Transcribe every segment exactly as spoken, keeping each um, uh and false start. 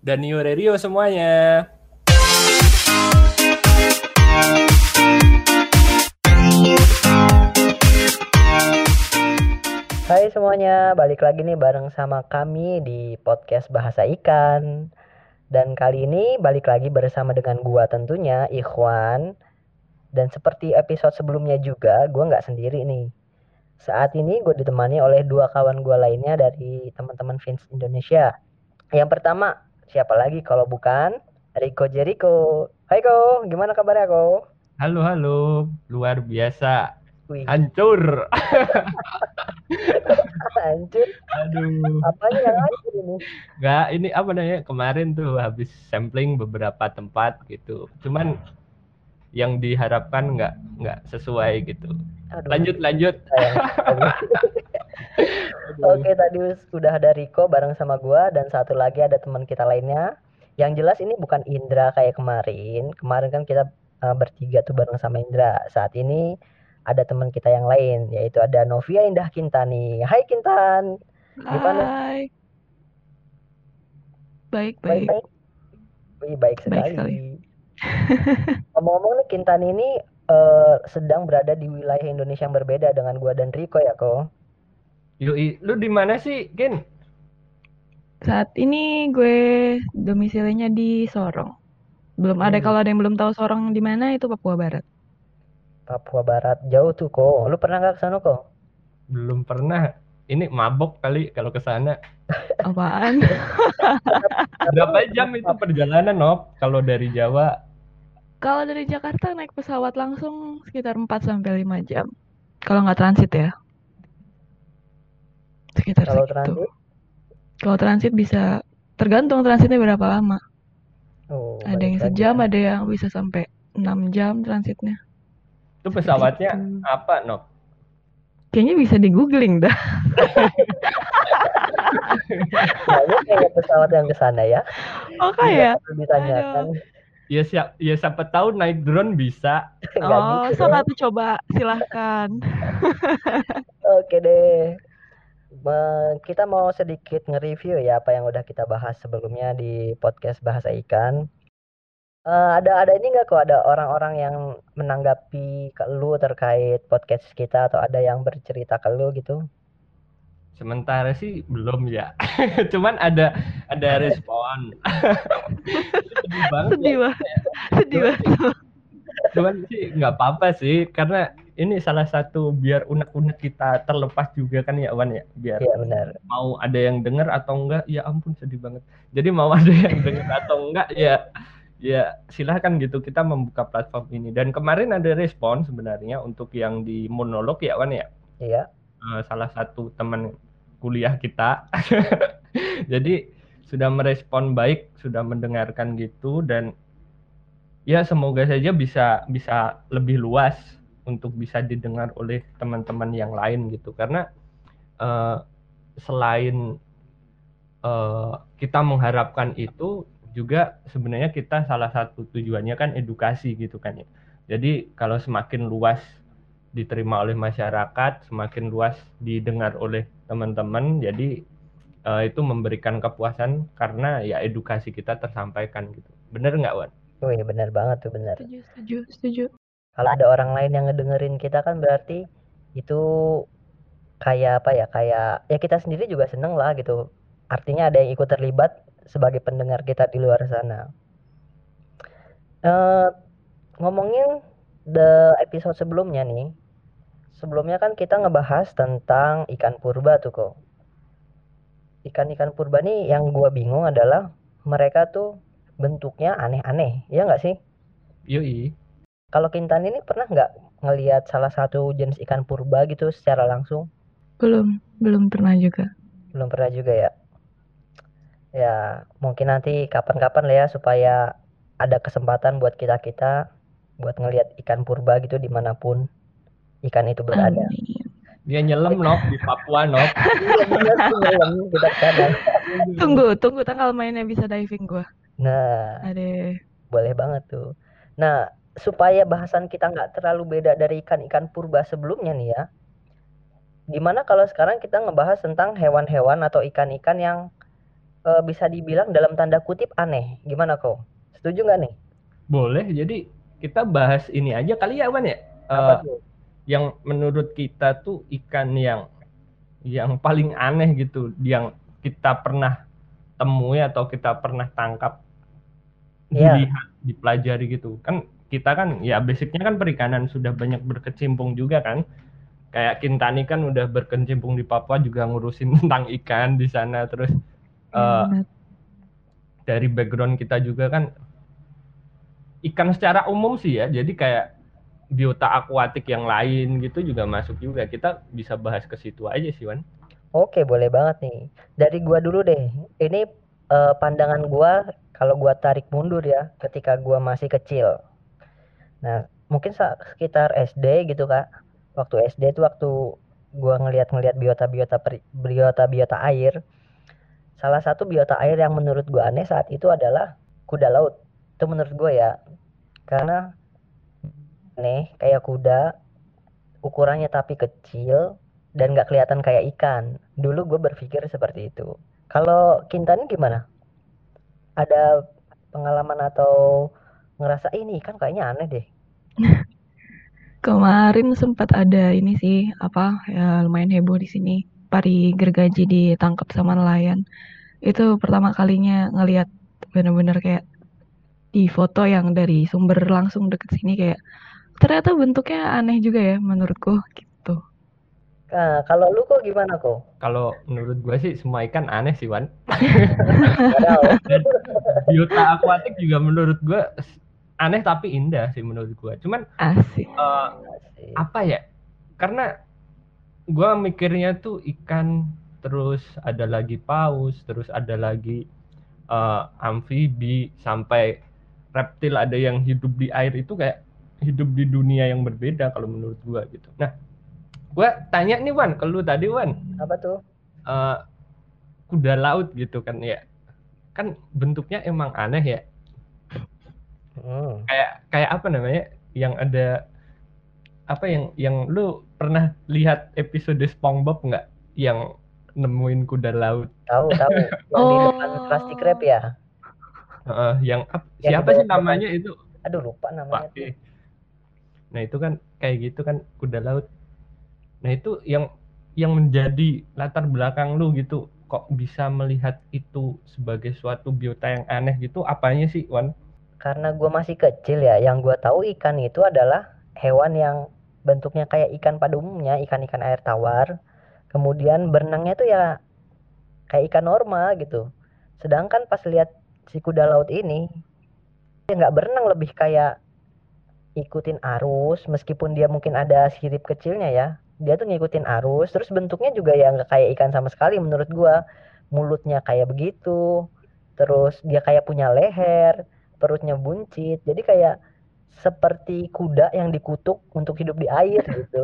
dan New Radio semuanya. Hai semuanya, balik lagi nih bareng sama kami di podcast Bahasa Ikan. Dan kali ini balik lagi bersama dengan gua tentunya, Ikhwan. Dan seperti episode sebelumnya juga, gua nggak sendiri nih. Saat ini gue ditemani oleh dua kawan gua lainnya dari teman-teman Fins Indonesia. Yang pertama, siapa lagi kalau bukan Rico Jericho. Hai Ko, gimana kabarnya Ko? Halo halo, luar biasa. Wih, Hancur. hancur. Aduh. Apanya yang hancur ini? Nggak, ini apa namanya? Kemarin tuh habis sampling beberapa tempat gitu. Cuman yang diharapkan nggak nggak sesuai gitu. Aduh. Lanjut lanjut. Oke, tadi sudah ada Rico bareng sama gua dan satu lagi ada teman kita lainnya. Yang jelas ini bukan Indra kayak kemarin. Kemarin kan kita uh, bertiga tuh bareng sama Indra. Saat ini ada teman kita yang lain, yaitu ada Novia Indah Kintani. Hai Kintan. Gimana? Hai. Baik, baik. Baik, baik. Wih, baik sekali. Baik sekali. Ngomong-ngomong nih, Kintan ini uh, sedang berada di wilayah Indonesia yang berbeda dengan gua dan Rico ya, Ko? Yui, lu di mana sih, Kin? Saat ini gue domisilinya di Sorong. Belum ada, Hmm. kalau ada yang belum tahu Sorong di mana, itu Papua Barat. Papua Barat, jauh tuh, Ko. Lu pernah nggak ke sana, Ko? Belum pernah. Ini mabok kali kalau ke sana. Apaan? Berapa jam itu perjalanan, Nop? Kalau dari Jawa? Kalau dari Jakarta naik pesawat langsung sekitar empat sampai lima jam. Kalau nggak transit ya. Sekitar Kalau segitu. transit? Kalau transit bisa, tergantung transitnya berapa lama. Oh, ada yang balik sejam, lagi ya. ada yang bisa sampai enam jam transitnya. Itu pesawatnya Seperti itu. apa, Nop? Kayaknya bisa di googling dah. Banyak kayak pesawat yang ke sana ya. Oh kayak? Tidak ditanyakan. Ya siap, ya siapa tahu naik drone bisa. Nggak Oh, gitu sok dong. atuh coba, silahkan. Oke deh. Ba- Kita mau sedikit nge-review ya apa yang udah kita bahas sebelumnya di podcast Bahasa Ikan. Eh, ada ada ini nggak kok ada orang-orang yang menanggapi ke lu terkait podcast kita atau ada yang bercerita ke lu gitu? Sementara sih belum ya. Cuman ada ada respon. Sedih banget Sedih ya. banget. Sedih Cuman, banget. cuman sih nggak apa-apa sih karena ini salah satu biar unek-unek kita terlepas juga kan ya Wan ya. Biar Iya benar. mau ada yang denger atau enggak, ya ampun sedih banget. Jadi mau ada yang denger atau enggak ya ya silahkan gitu kita membuka platform ini. Dan kemarin ada respon sebenarnya untuk yang di monolog ya Wan ya. Iya. Uh, salah satu teman kuliah kita. Jadi sudah merespon baik, sudah mendengarkan gitu dan ya semoga saja bisa bisa lebih luas untuk bisa didengar oleh teman-teman yang lain gitu. Karena uh, selain uh, kita mengharapkan itu juga sebenarnya kita salah satu tujuannya kan edukasi gitu kan ya. Jadi kalau semakin luas diterima oleh masyarakat, semakin luas didengar oleh teman-teman, jadi uh, itu memberikan kepuasan karena ya edukasi kita tersampaikan gitu. Bener nggak Wan? Wih benar banget tuh benar. Setuju, setuju, setuju. Kalau ada orang lain yang ngedengerin kita kan berarti itu kayak apa ya, kayak ya kita sendiri juga seneng lah gitu. Artinya ada yang ikut terlibat sebagai pendengar kita di luar sana. Uh, ngomongin the episode sebelumnya nih, sebelumnya kan kita ngebahas tentang ikan purba tuh kok. Ikan-ikan purba nih yang gua bingung adalah mereka tuh bentuknya aneh-aneh, ya nggak sih? Yoi. Kalau Kintan ini pernah nggak ngelihat salah satu jenis ikan purba gitu secara langsung? Belum, belum pernah juga. Belum pernah juga ya. Ya mungkin nanti kapan-kapan lah ya supaya ada kesempatan buat kita-kita buat ngelihat ikan purba gitu dimanapun ikan itu berada. Amin. Dia nyelam Nop di Papua Nop. Iya bener tuh nyelam kita kesana. Tunggu, tunggu tanggal mainnya bisa diving gua. Nah, Ada. boleh banget tuh. Nah, supaya bahasan kita nggak terlalu beda dari ikan-ikan purba sebelumnya nih ya. Gimana kalau sekarang kita ngebahas tentang hewan-hewan atau ikan-ikan yang uh, bisa dibilang dalam tanda kutip aneh. Gimana kau? Setuju nggak nih? Boleh. Jadi kita bahas ini aja kali ya, Wan ya. Apa Uh, tuh? yang menurut kita tuh ikan yang yang paling aneh gitu, yang kita pernah temui atau kita pernah tangkap, Iya. dilihat, dipelajari gitu. Kan kita kan ya basicnya kan perikanan, sudah banyak berkecimpung juga kan. Kayak Kintani kan udah berkecimpung di Papua juga ngurusin tentang ikan di sana. Terus Ya, uh, benar. dari background kita juga kan ikan secara umum sih ya. Jadi kayak biota akuatik yang lain gitu juga masuk juga. Kita bisa bahas ke situ aja sih, Wan. Oke, boleh banget nih. Dari gua dulu deh. Ini uh, pandangan gua kalau gua tarik mundur ya, ketika gua masih kecil. Nah, mungkin sa- sekitar S D gitu, Kak. Waktu S D itu waktu gua ngeliat-ngeliat biota-biota peri- biota-biota air. Salah satu biota air yang menurut gua aneh saat itu adalah kuda laut. Itu menurut gua ya, karena aneh kayak kuda, ukurannya tapi kecil dan nggak kelihatan kayak ikan. Dulu gue berpikir seperti itu. Kalau Kintan gimana? Ada pengalaman atau ngerasa ini ikan kayaknya aneh deh? Kemarin sempat ada ini sih, apa ya lumayan heboh di sini. Pari gergaji ditangkap sama nelayan. Itu pertama kalinya ngelihat bener-bener kayak di foto yang dari sumber langsung deket sini, kayak ternyata bentuknya aneh juga ya menurutku gitu. Nah, kalau lu kok gimana kok? Kalau menurut gue sih semua ikan aneh sih, Wan. Padahal Dan biota akuatik juga menurut gue aneh tapi indah sih menurut gue. Cuman Asik. uh, apa ya? Karena gue mikirnya tuh ikan, terus ada lagi paus, terus ada lagi uh, amfibi, sampai reptil ada yang hidup di air, itu kayak hidup di dunia yang berbeda kalau menurut gue gitu. Nah, gue tanya nih Wan, ke lu tadi Wan. apa tuh? Uh, kuda laut gitu kan ya. Kan bentuknya emang aneh ya. Hmm. Kayak kayak apa namanya? Yang ada apa yang yang lu pernah lihat episode SpongeBob nggak? Yang nemuin kuda laut. Tahu tahu. Yang di depan Krusty Krab ya? Uh, yang ap, Yang siapa di sih bawah namanya depan. itu? Aduh lupa namanya tuh. Nah itu kan kayak gitu kan kuda laut. Nah itu yang yang menjadi latar belakang lu gitu, kok bisa melihat itu sebagai suatu biota yang aneh gitu, apanya sih Wan? Karena gue masih kecil ya, yang gue tahu ikan itu adalah hewan yang bentuknya kayak ikan pada umumnya, ikan-ikan air tawar. Kemudian berenangnya tuh ya kayak ikan normal gitu. Sedangkan pas lihat si kuda laut ini, dia nggak berenang, lebih kayak ikutin arus, meskipun dia mungkin ada sirip kecilnya ya. Dia tuh ngikutin arus, terus bentuknya juga ya nggak kayak ikan sama sekali menurut gua. Mulutnya kayak begitu, terus dia kayak punya leher, perutnya buncit, jadi kayak seperti kuda yang dikutuk untuk hidup di air gitu.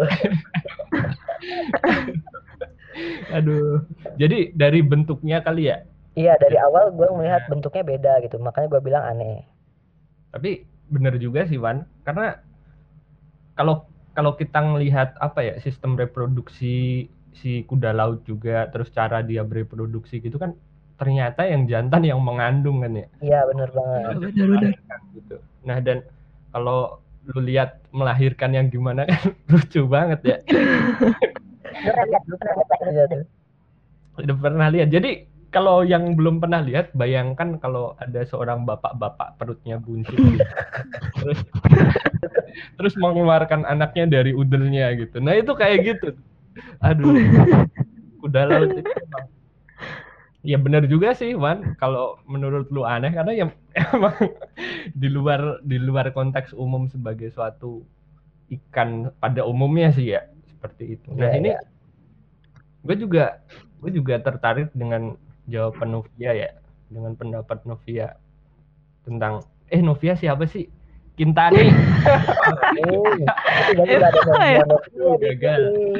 Aduh, jadi dari bentuknya kali ya? Iya, dari awal gua melihat bentuknya beda gitu, makanya gua bilang aneh. Tapi bener juga sih Wan, karena kalau kalau kita ngelihat apa ya, sistem reproduksi si kuda laut juga, terus cara dia bereproduksi gitu kan, ternyata yang jantan yang mengandung kan ya. Iya bener banget. Iya, benar-benar. Gitu. Nah dan kalau lu lihat melahirkan yang gimana kan lucu banget ya. Udah pernah lihat. Jadi kalau yang belum pernah lihat, bayangkan kalau ada seorang bapak-bapak perutnya buncit gitu. terus terus mengeluarkan anaknya dari udelnya gitu. Nah itu kayak gitu. Aduh, kuda laut itu emang. Ya benar juga sih Wan, kalau menurut lu aneh, karena ya emang di luar di luar konteks umum sebagai suatu ikan pada umumnya sih ya, seperti itu. Nah ya, ini ya. gue juga gue juga tertarik dengan jawaban Novia ya, dengan pendapat Novia tentang eh Novia siapa sih? Kintani. Oh, jadi nggak ada Novia Novia di Gagal. sini.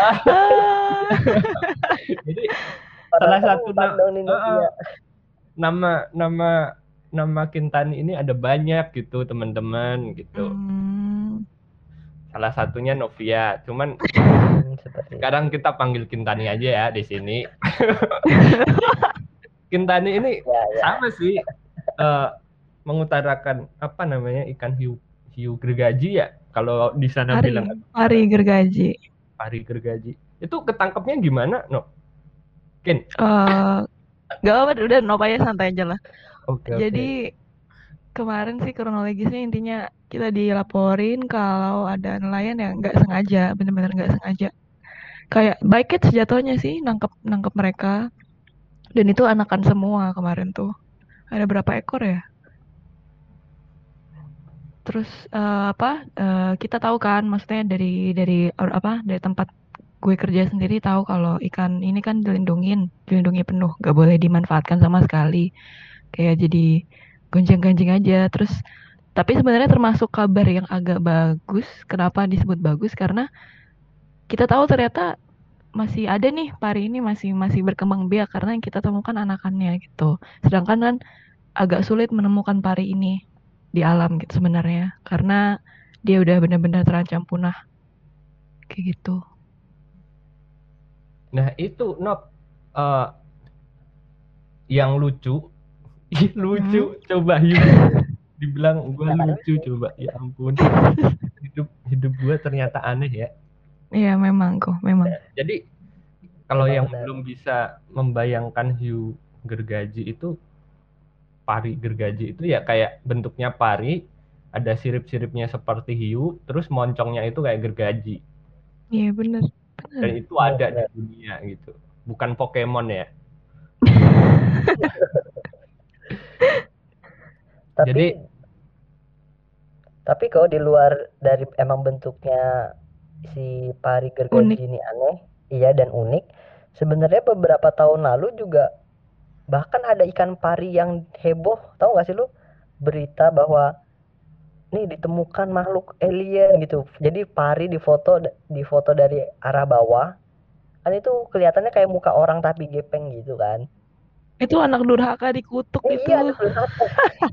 Jadi salah satu na- dong nih Novia. uh, nama nama nama Kintani ini ada banyak gitu teman-teman gitu. Hmm. Salah satunya Novia, cuman Hmm, seperti itu. sekarang kita panggil Kintani aja ya di sini. Kintani ini Ya, ya. sama sih uh, mengutarakan apa namanya ikan hiu hiu gergaji ya. Kalau di sana Pari, bilang pari gergaji. pari gergaji. Itu ketangkepnya gimana, no? Kin? Uh, gak apa, udah nop aja, santai aja lah. Oke, oke. Jadi kemarin sih kronologisnya intinya kita dilaporin kalau ada nelayan yang nggak sengaja, bener-bener nggak sengaja. Kayak bycatch jatuhnya sih, nangkep nangkep mereka. Dan itu anakan semua kemarin tuh. Ada berapa ekor ya? Terus uh, apa? Uh, kita tahu kan, maksudnya dari dari or, apa? Dari tempat gue kerja sendiri tahu kalau ikan ini kan dilindungin, dilindungi penuh, gak boleh dimanfaatkan sama sekali. Kayak jadi gonjang-ganjing aja. Terus tapi sebenarnya termasuk kabar yang agak bagus. Kenapa disebut bagus? Karena kita tahu ternyata masih ada nih pari ini masih masih berkembang biak karena yang kita temukan anakannya gitu. Sedangkan kan agak sulit menemukan pari ini di alam gitu sebenarnya karena dia udah benar-benar terancam punah kayak gitu. Nah itu Nop uh, yang lucu, lucu hmm. Coba hiu dibilang gue lucu coba ya ampun. Hidup hidup gue ternyata aneh ya. Iya memang kok memang. Jadi kalau yang benar. Belum bisa membayangkan hiu gergaji itu pari gergaji itu ya kayak bentuknya pari, ada sirip-siripnya seperti hiu, terus moncongnya itu kayak gergaji. Iya benar. Dan itu ada benar. Di dunia gitu, bukan Pokemon ya. tapi Jadi, tapi kalau di luar dari emang bentuknya si pari gergaji unik. Ini aneh, iya dan unik. Sebenarnya beberapa tahun lalu juga bahkan ada ikan pari yang heboh, tahu nggak sih lu? Berita bahwa nih ditemukan makhluk alien gitu. Jadi pari difoto difoto dari arah bawah. Kan itu kelihatannya kayak muka orang tapi gepeng gitu kan. Itu anak durhaka dikutuk eh, itu. Iya, anak durhaka.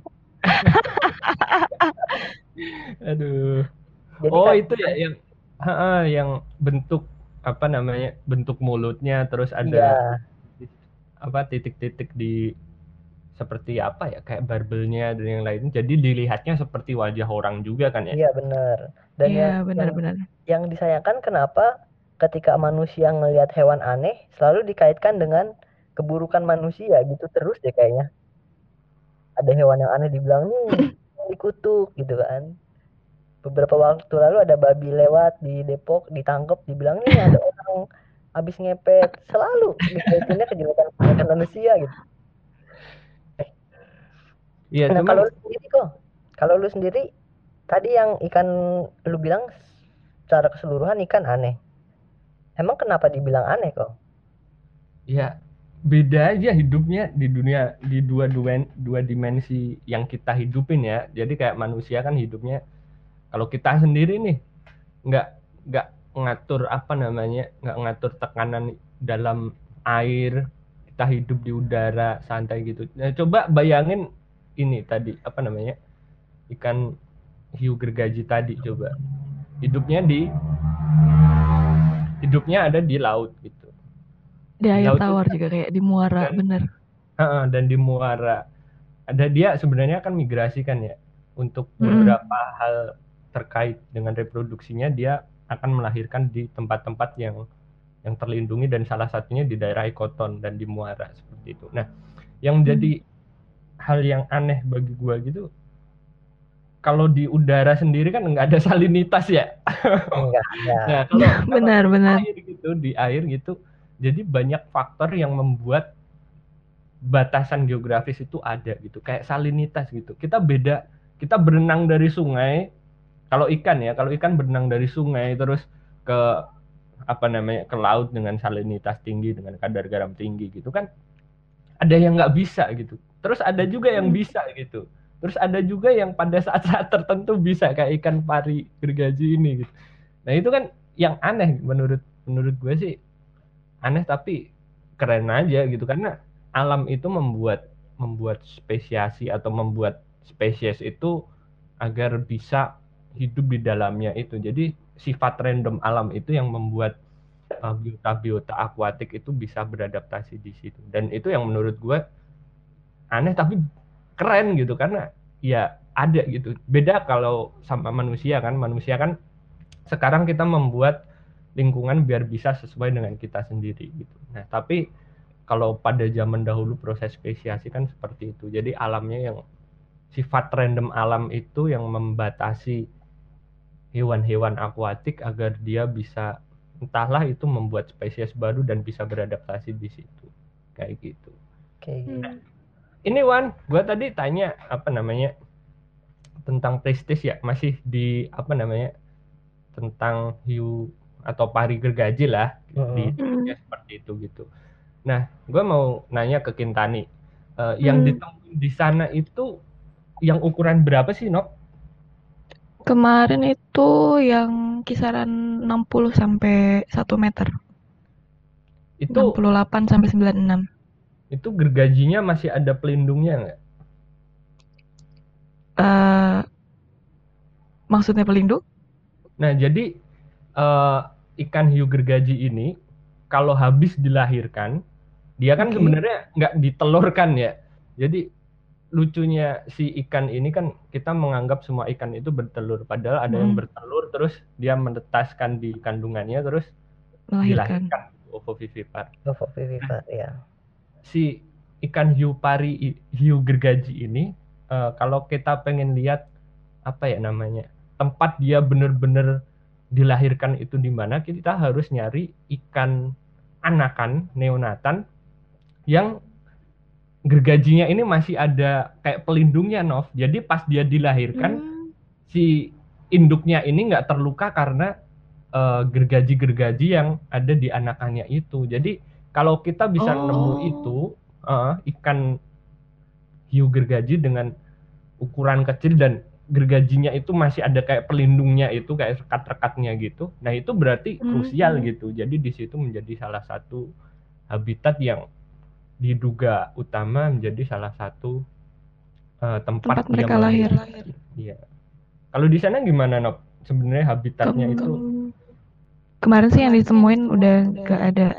Aduh. Jadi oh, kan, itu ya yang ha, yang bentuk apa namanya? Bentuk mulutnya terus ada iya. Apa titik-titik di seperti apa ya kayak barbelnya dan yang lain. Jadi dilihatnya seperti wajah orang juga kan ya? Iya benar. Dan iya, yang, benar-benar. Yang, yang disayangkan kenapa ketika manusia ngelihat hewan aneh selalu dikaitkan dengan keburukan manusia gitu terus deh kayaknya. Ada hewan yang aneh dibilang nih dikutuk gitu kan. Beberapa waktu lalu ada babi lewat di Depok ditangkap dibilang nih ada orang habis ngepet, selalu dikaitinnya kejelekan manusia gitu. Iya, nah, cuman kalau lu sendiri kok, kalau lu sendiri tadi yang ikan lu bilang secara keseluruhan ikan aneh. Emang kenapa dibilang aneh kok? Ya, beda aja hidupnya di dunia di dua dua dua dimensi yang kita hidupin ya. Jadi kayak manusia kan hidupnya kalau kita sendiri nih nggak nggak ngatur apa namanya nggak ngatur tekanan dalam air, kita hidup di udara santai gitu. Nah, coba bayangin ini tadi apa namanya ikan hiu gergaji tadi, coba hidupnya di hidupnya ada di laut gitu, di air tawar juga kayak di muara, dan, bener uh, dan di muara ada dia sebenarnya kan migrasi kan ya untuk beberapa hmm. hal terkait dengan reproduksinya, dia akan melahirkan di tempat-tempat yang yang terlindungi dan salah satunya di daerah ekoton dan di muara seperti itu. Nah, yang hmm. jadi hal yang aneh bagi gua gitu, kalau di udara sendiri kan nggak ada salinitas ya. Enggak ada. Nah, kalau benar-benar di air gitu, di air gitu, jadi banyak faktor yang membuat batasan geografis itu ada gitu, kayak salinitas gitu. Kita beda, kita berenang dari sungai, kalau ikan ya, kalau ikan berenang dari sungai terus ke apa namanya ke laut dengan salinitas tinggi, dengan kadar garam tinggi gitu kan, ada yang nggak bisa gitu. Terus ada juga yang bisa gitu. Terus ada juga yang pada saat-saat tertentu bisa kayak ikan pari gergaji ini gitu. Nah itu kan yang aneh menurut menurut gue sih, aneh tapi keren aja gitu, karena alam itu membuat membuat spesiasi atau membuat spesies itu agar bisa hidup di dalamnya itu. Jadi sifat random alam itu yang membuat uh, biota-biota akuatik itu bisa beradaptasi di situ. Dan itu yang menurut gue aneh tapi keren gitu, karena ya ada gitu. Beda kalau sama manusia kan, manusia kan sekarang kita membuat lingkungan biar bisa sesuai dengan kita sendiri gitu. Nah, tapi kalau pada zaman dahulu proses spesiasi kan seperti itu. Jadi alamnya yang sifat random alam itu yang membatasi hewan-hewan akuatik agar dia bisa entahlah itu membuat spesies baru dan bisa beradaptasi di situ. Kayak gitu. Kayak gitu. Hmm. Ini Wan, gua tadi tanya apa namanya tentang prestis ya, masih di apa namanya tentang hiu atau pari gergaji lah di Mm-mm. ya seperti itu gitu. Nah, gue mau nanya ke Kintani, eh, yang Hmm. ditemuin di sana itu yang ukuran berapa sih, Nok? Kemarin itu yang kisaran enam puluh sampai satu meter. Itu enam puluh delapan sampai sembilan puluh enam. itu gergajinya masih ada pelindungnya nggak? Eh, maksudnya pelindung? Nah, jadi eh, ikan hiu gergaji ini kalau habis dilahirkan, dia kan Oke. sebenarnya nggak ditelurkan ya. Jadi lucunya si ikan ini kan kita menganggap semua ikan itu bertelur, padahal ada yang Hmm. bertelur terus dia menetaskan di kandungannya terus Melahirkan. dilahirkan ovovivipar. Ovovivipar ya. Si ikan hiu pari hiu gergaji ini eh, kalau kita pengen lihat apa ya namanya tempat dia bener-bener dilahirkan itu di mana, kita harus nyari ikan anakan neonatan yang gergajinya ini masih ada kayak pelindungnya, Nov. Jadi pas dia dilahirkan Hmm. si induknya ini nggak terluka karena eh, gergaji-gergaji yang ada di anakannya itu. Jadi kalau kita bisa Oh. nemu itu eh, ikan hiu gergaji dengan ukuran kecil dan gergajinya itu masih ada kayak pelindungnya itu kayak rekat-rekatnya gitu. Nah, itu berarti krusial Hmm. gitu. Jadi di situ menjadi salah satu habitat yang diduga utama menjadi salah satu uh, tempat, Tempat mereka dia lahir. Iya. Kalau di sana gimana, Nop? Sebenarnya habitatnya Kem- itu Kemarin sih yang ditemuin udah gak ada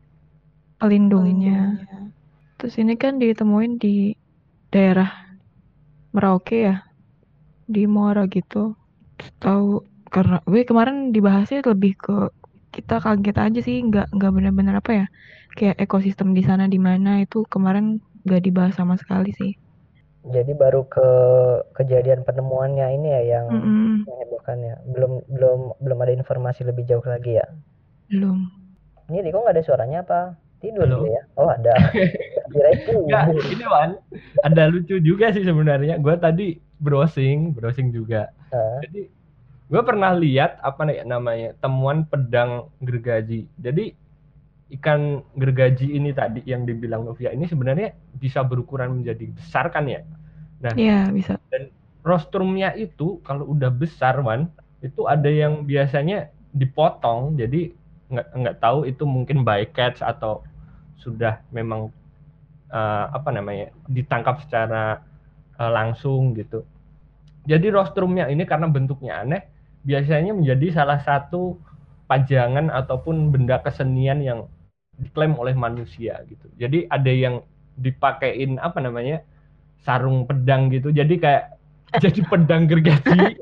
pelindungnya. Terus ini kan ditemuin di daerah Merauke ya, di Muara gitu. Terus tahu karena gue kemarin dibahasnya lebih ke kita kaget aja sih, nggak nggak benar-benar apa ya, kayak ekosistem di sana di mana itu kemarin nggak dibahas sama sekali sih. Jadi baru ke kejadian penemuannya ini ya yang Mm-mm. menghebohkan ya. Belum belum belum ada informasi lebih jauh lagi ya. Belum. Ini Riko nggak ada suaranya apa? Tidur Halo? dia ya? Oh ada. Kira Enggak, tidur. ini Wan, ada lucu juga sih sebenarnya. Gue tadi browsing, browsing juga. Nah, Jadi gue pernah lihat apa nih namanya temuan pedang gergaji. Jadi ikan gergaji ini tadi yang dibilang Novia ini sebenarnya bisa berukuran menjadi besar kan ya. Nah, Iya bisa. dan rostrumnya itu kalau udah besar Wan, itu ada yang biasanya dipotong. Jadi nggak nggak tahu itu mungkin bycatch atau sudah memang uh, apa namanya ditangkap secara uh, langsung gitu. Jadi rostrumnya ini karena bentuknya aneh, biasanya menjadi salah satu pajangan ataupun benda kesenian yang diklaim oleh manusia gitu. Jadi ada yang dipakein apa namanya sarung pedang gitu. Jadi kayak jadi pedang gergaji.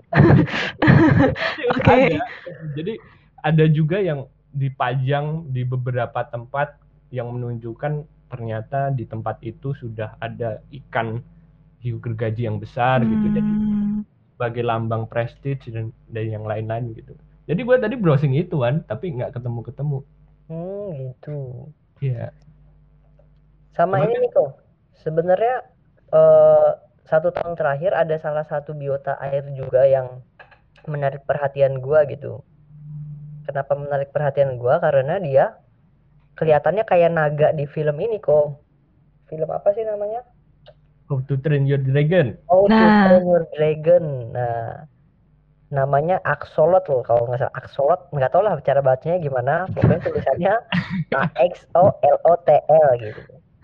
Oke. Okay. Ada. Jadi ada juga yang dipajang di beberapa tempat yang menunjukkan ternyata di tempat itu sudah ada ikan hiu gergaji yang besar hmm. gitu. Jadi sebagai lambang prestige dan dan yang lain-lain gitu. Jadi gue tadi browsing itu kan, tapi nggak ketemu-ketemu. Hmm gitu. Iya. Sama Cuman ini kan, nih kok. Sebenarnya eh, satu tahun terakhir ada salah satu biota air juga yang menarik perhatian gua gitu. Kenapa menarik perhatian gua? Karena dia kelihatannya kayak naga di film ini kok. Film apa sih namanya? How to Train Your Dragon. How to Nah. Train Your Dragon. Nah, namanya axolot loh kalau nggak salah. Axolot, nggak tahu lah cara bacanya gimana. Pokoknya tulisannya A X O L O T L gitu.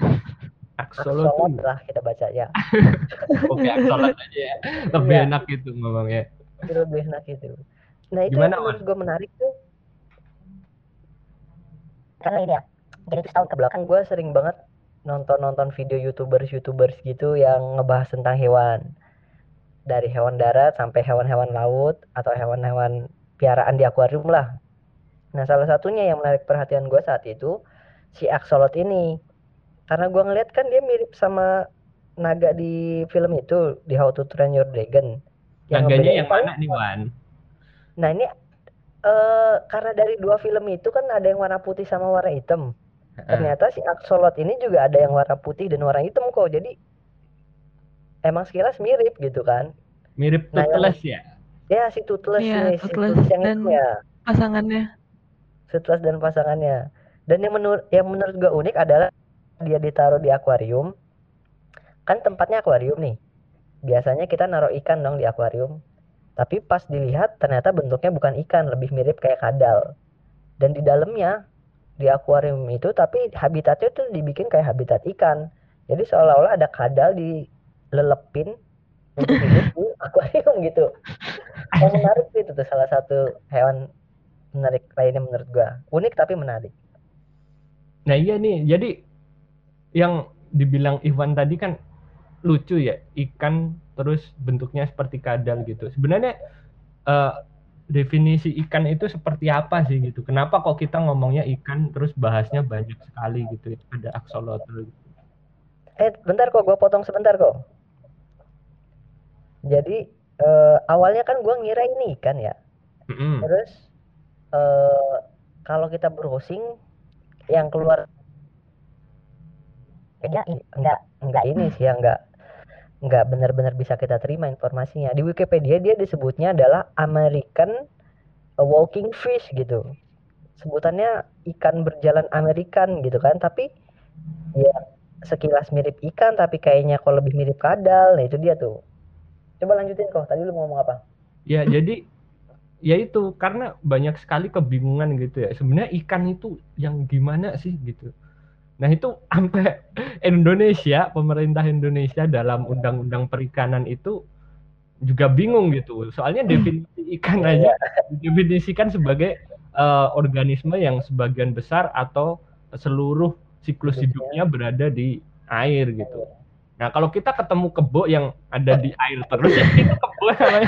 Axolot Axolot lah kita bacanya. Oke, Axolot aja ya. Lebih Iya. enak gitu ngomongnya. Lebih enak itu. Nah itu Gimana, yang menurut gue menarik tuh. Karena ini ya, jadi setahun ke belakang gue sering banget nonton-nonton video YouTubers-YouTubers gitu yang ngebahas tentang hewan. Dari hewan darat sampai hewan-hewan laut atau hewan-hewan piaraan di akuarium lah. Nah, salah satunya yang menarik perhatian gue saat itu si axolot ini. Karena gue ngeliat kan dia mirip sama naga di film itu, di How to Train Your Dragon. Yang Naganya ngebedain yang paling, mana nih, Wan? nah ini eh karena dari dua film itu kan ada yang warna putih sama warna hitam. Heeh. Ternyata si axolot ini juga ada yang warna putih dan warna hitam kok. Jadi emang sekilas mirip gitu kan. Mirip Nah, yang Toothless ya? ya si Toothless Iya, ini, si Toothless Toothless yang dan itu ya. pasangannya. Toothless dan pasangannya. Dan yang menurut yang menurut gue unik adalah dia ditaruh di akuarium. Kan tempatnya akuarium nih. Biasanya kita naruh ikan dong di akuarium. Tapi pas dilihat ternyata bentuknya bukan ikan, lebih mirip kayak kadal. Dan di dalamnya di akuarium itu tapi habitatnya tuh dibikin kayak habitat ikan. Jadi seolah-olah ada kadal dilelepin untuk hidup di akuarium gitu. Yang menarik sih itu tuh salah satu hewan menarik lainnya menurut gua. Unik tapi menarik. Nah iya nih, jadi yang dibilang Ivan tadi kan lucu ya, ikan terus bentuknya seperti kadal gitu. Sebenarnya eh, definisi ikan itu seperti apa sih gitu? Kenapa kok kita ngomongnya ikan terus bahasnya banyak sekali gitu ya? Ada axolotl gitu. Eh bentar kok, gua potong sebentar kok. Jadi eh, awalnya kan gua ngira ini ikan ya. Mm-mm. Terus eh, kalau kita browsing yang keluar enggak enggak enggak ini sih ya, enggak enggak benar-benar bisa kita terima informasinya. Di Wikipedia dia disebutnya adalah American walking fish gitu. Sebutannya ikan berjalan American gitu kan, tapi ya sekilas mirip ikan tapi kayaknya kok lebih mirip kadal. Nah itu dia tuh. Coba lanjutin kok, tadi lu mau ngomong apa? Ya jadi ya itu karena banyak sekali kebingungan gitu ya. Sebenarnya ikan itu yang gimana sih gitu. Nah itu sampai Indonesia, pemerintah Indonesia dalam undang-undang perikanan itu juga bingung gitu. Soalnya definisi ikan aja didefinisikan sebagai uh, organisme yang sebagian besar atau seluruh siklus hidupnya berada di air gitu. Nah kalau kita ketemu kebo yang ada di air terus ya itu kebo namanya.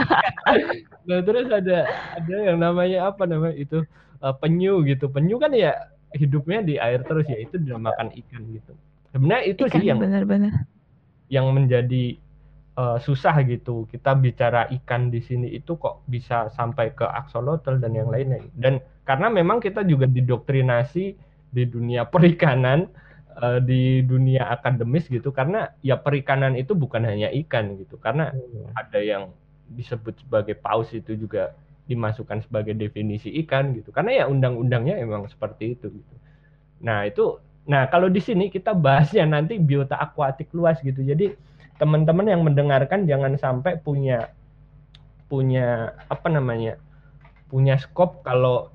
Nah terus ada ada yang namanya apa namanya itu uh, penyu gitu. Penyu kan ya hidupnya di air terus ya itu dinamakan ikan gitu. Sebenarnya itu Ikan, sih yang benar-benar. yang menjadi uh, susah gitu. Kita bicara ikan di sini itu kok bisa sampai ke axolotl dan yang lainnya. Dan karena memang kita juga didoktrinasi di dunia perikanan, uh, di dunia akademis gitu. Karena ya perikanan itu bukan hanya ikan gitu. Karena Hmm. ada yang disebut sebagai paus itu juga dimasukkan sebagai definisi ikan gitu. Karena ya undang-undangnya emang seperti itu gitu. Nah, itu nah kalau di sini kita bahasnya nanti biota akuatik luas gitu. Jadi teman-teman yang mendengarkan jangan sampai punya punya apa namanya? Punya skop kalau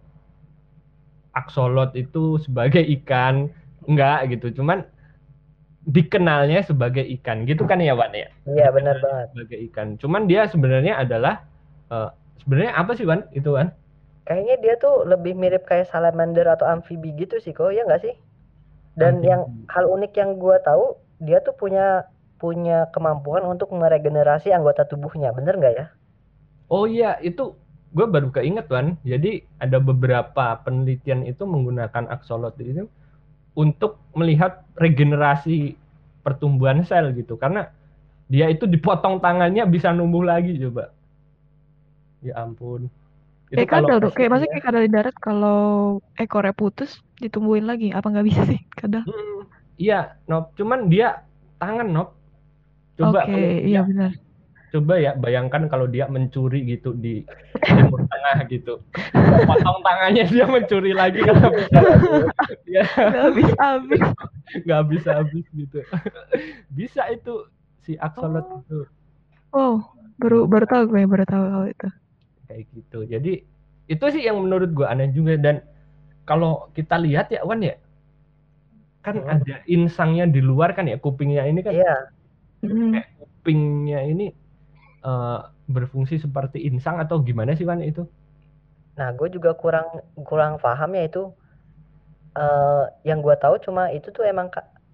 axolot itu sebagai ikan, enggak gitu. Cuman dikenalnya sebagai ikan gitu kan ya, Wan ya? Iya benar banget. Sebagai ikan. Cuman dia sebenarnya adalah uh, sebenarnya apa sih, Wan? Itu, Wan? Kayaknya dia tuh lebih mirip kayak salamander atau amfibi gitu sih kok, ya nggak sih? Dan Amfibi. yang hal unik yang gue tahu, dia tuh punya punya kemampuan untuk meregenerasi anggota tubuhnya, bener nggak ya? Oh iya, itu gue baru keinget, Wan. Jadi ada beberapa penelitian itu menggunakan axolot itu untuk melihat regenerasi pertumbuhan sel gitu. Karena dia itu dipotong tangannya bisa numbuh lagi coba. Ya ampun. Itu Kayak kadal kalau tuh, kayak Kasian masih ya. kayak kadal di darat kalau ekornya putus ditumbuhin lagi. Apa nggak bisa sih kadal? Hmm, iya, Nop. Cuman dia tangan, Nop. Coba Oke, kalau iya dia benar. coba ya bayangkan kalau dia mencuri gitu di Timur Tengah gitu. Potong tangannya dia mencuri lagi karena bisa ya Nggak habis-habis. nggak habis habis gitu. Bisa itu si axolot Oh. itu Oh, baru baru tahu gue, baru tahu hal itu. kayak gitu. Jadi itu sih yang menurut gue aneh juga. Dan kalau kita lihat ya Wan ya, kan Hmm. ada insangnya di luar kan ya, kupingnya ini kan Iya. Mm. kayak kupingnya ini uh, berfungsi seperti insang atau gimana sih Wan itu? Nah, gue juga kurang kurang paham ya itu. Eh, yang gue tahu cuma itu tuh emang ka-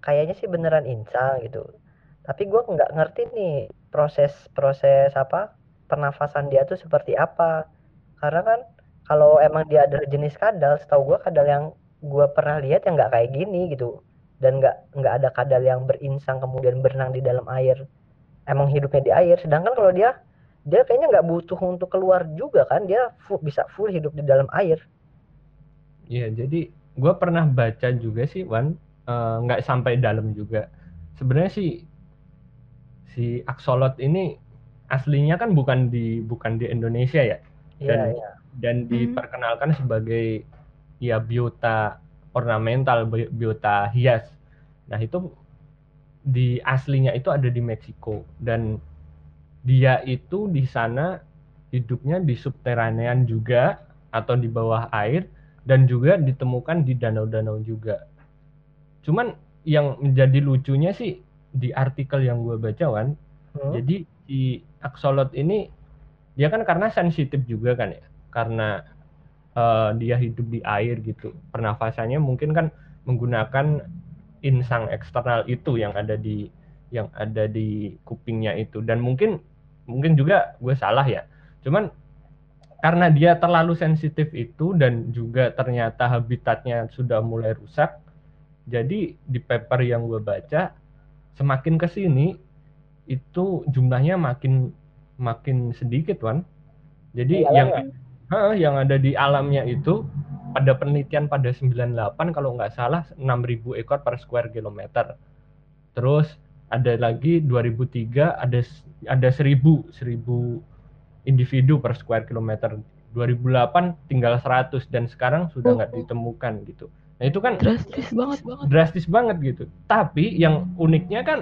kayaknya sih beneran insang gitu. Tapi gue nggak ngerti nih proses-proses apa pernafasan dia tuh seperti apa. Karena kan kalau emang dia adalah jenis kadal, setahu gue kadal yang gue pernah lihat yang nggak kayak gini gitu. Dan nggak nggak ada kadal yang berinsang kemudian berenang di dalam air. Emang hidupnya di air. Sedangkan kalau dia dia kayaknya nggak butuh untuk keluar juga kan, dia full, bisa full hidup di dalam air. Iya, jadi gue pernah baca juga sih, Wan, eh, nggak sampai dalam juga. Sebenarnya sih si aksolot ini aslinya kan bukan di bukan di Indonesia ya, Iya, dan iya. dan Hmm. diperkenalkan sebagai ya biota ornamental, bi- biota hias. Nah itu di aslinya itu ada di Meksiko, dan dia itu di sana hidupnya di subterranean juga atau di bawah air, dan juga ditemukan di danau-danau juga. Cuman yang menjadi lucunya sih di artikel yang gue baca, Wan, Hmm? jadi si aksolot ini dia kan karena sensitif juga kan ya, karena eh, dia hidup di air gitu, pernafasannya mungkin kan menggunakan insang eksternal itu yang ada di yang ada di kupingnya itu, dan mungkin mungkin juga gue salah ya, cuman karena dia terlalu sensitif itu dan juga ternyata habitatnya sudah mulai rusak, jadi di paper yang gue baca semakin ke sini itu jumlahnya makin makin sedikit, Wan. Jadi Di yang alamnya. Heeh, yang ada di alamnya itu pada penelitian pada sembilan puluh delapan kalau nggak salah enam ribu ekor per square kilometer. Terus ada lagi dua ribu tiga ada ada seribu seribu individu per square kilometer. dua ribu delapan tinggal seratus dan sekarang sudah Oh, nggak ditemukan gitu. Nah itu kan drastis banget. drastis banget gitu. Tapi yang uniknya kan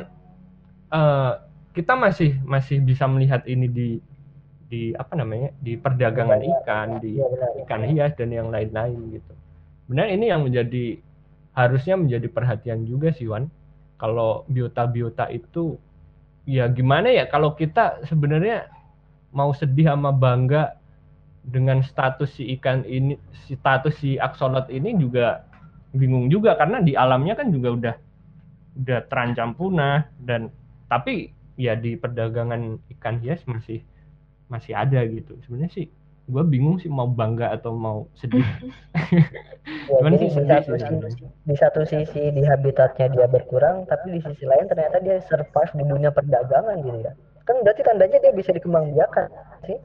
eh, kita masih masih bisa melihat ini di di apa namanya di perdagangan ikan, di Iya, benar. ikan hias dan yang lain-lain gitu. Benar ini yang menjadi harusnya menjadi perhatian juga sih, Wan. Kalau biota-biota itu ya gimana ya, kalau kita sebenarnya mau sedih sama bangga dengan status si ikan ini, si status si aksolot ini juga bingung juga karena di alamnya kan juga udah udah terancam punah, dan tapi ya di perdagangan ikan hias masih masih ada gitu. Sebenarnya sih gue bingung sih mau bangga atau mau sedih. Ya, Cuman jadi sih di sedih satu sih sisi, sebenarnya. di satu sisi di habitatnya dia berkurang, tapi di sisi lain ternyata dia survive di dunia perdagangan gitu ya. Kan berarti tandanya dia bisa dikembangbiakan sih.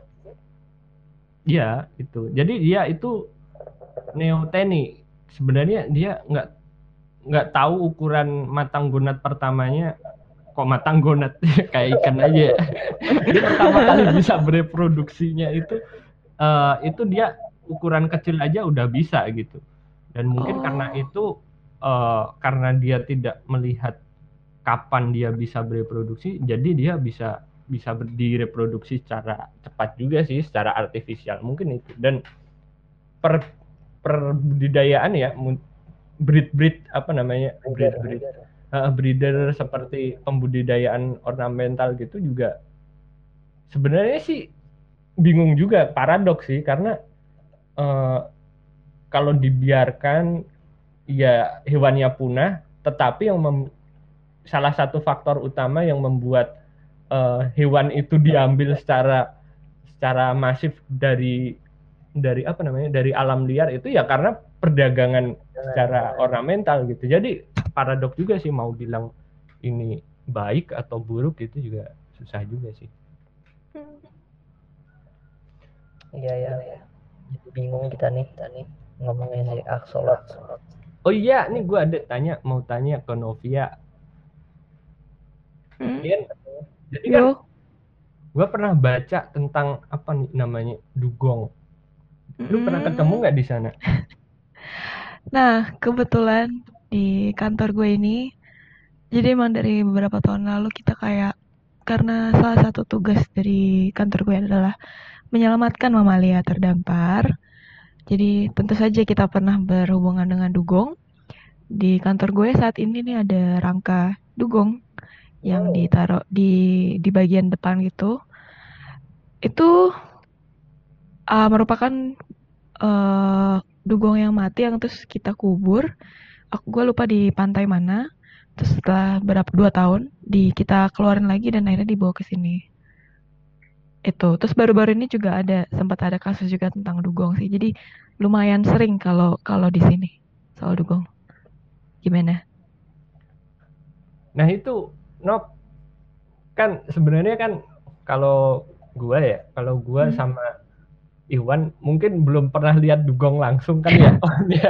Iya itu. Jadi dia itu neoteni. Sebenarnya dia nggak nggak tahu ukuran matang gonat pertamanya. Kok matang gonat kayak ikan aja ya. Dia pertama kali bisa bereproduksinya itu eh, itu dia ukuran kecil aja udah bisa gitu. Dan mungkin karena Oh, itu eh, karena dia tidak melihat kapan dia bisa bereproduksi, jadi dia bisa bisa ber- direproduksi secara cepat juga sih, secara artifisial mungkin itu. Dan per perbudidayaan ya, breed breed apa namanya breed Breeder. breed uh, breeder seperti pembudidayaan ornamental gitu juga sebenarnya sih bingung juga, paradoks sih, karena eh, kalau dibiarkan ya hewannya punah, tetapi yang mem- salah satu faktor utama yang membuat eh, hewan itu diambil secara secara masif dari dari apa namanya dari alam liar itu ya karena perdagangan secara ornamental gitu. Jadi paradok juga sih mau bilang ini baik atau buruk itu juga susah juga sih. Iya ya. Jadi bingung kita nih, kita nih ngomongin si aksolot. Oh iya, nih gue ada tanya mau tanya ke Novia. hmm, Kan, jadi kan yo, gue pernah baca tentang apa nih namanya dugong. Lu pernah mm. ketemu nggak di sana? Nah, kebetulan di kantor gue ini, jadi emang dari beberapa tahun lalu kita kayak, karena salah satu tugas dari kantor gue adalah menyelamatkan mamalia terdampar. Jadi tentu saja kita pernah berhubungan dengan dugong. Di kantor gue saat ini nih ada rangka dugong yang Oh. ditaruh di di bagian depan gitu. Itu uh, merupakan uh, dugong yang mati yang terus kita kubur. Aku gue lupa di pantai mana. Terus setelah berapa dua tahun di kita keluarin lagi dan akhirnya dibawa ke sini. Itu. Terus baru-baru ini juga ada sempat ada kasus juga tentang dugong sih. Jadi lumayan sering kalau kalau di sini soal dugong. Gimana? Nah itu, Nop, kan sebenarnya kan kalau gua ya, kalau gua Hmm. sama Iwan mungkin belum pernah lihat dugong langsung kan ya. Oh, ya.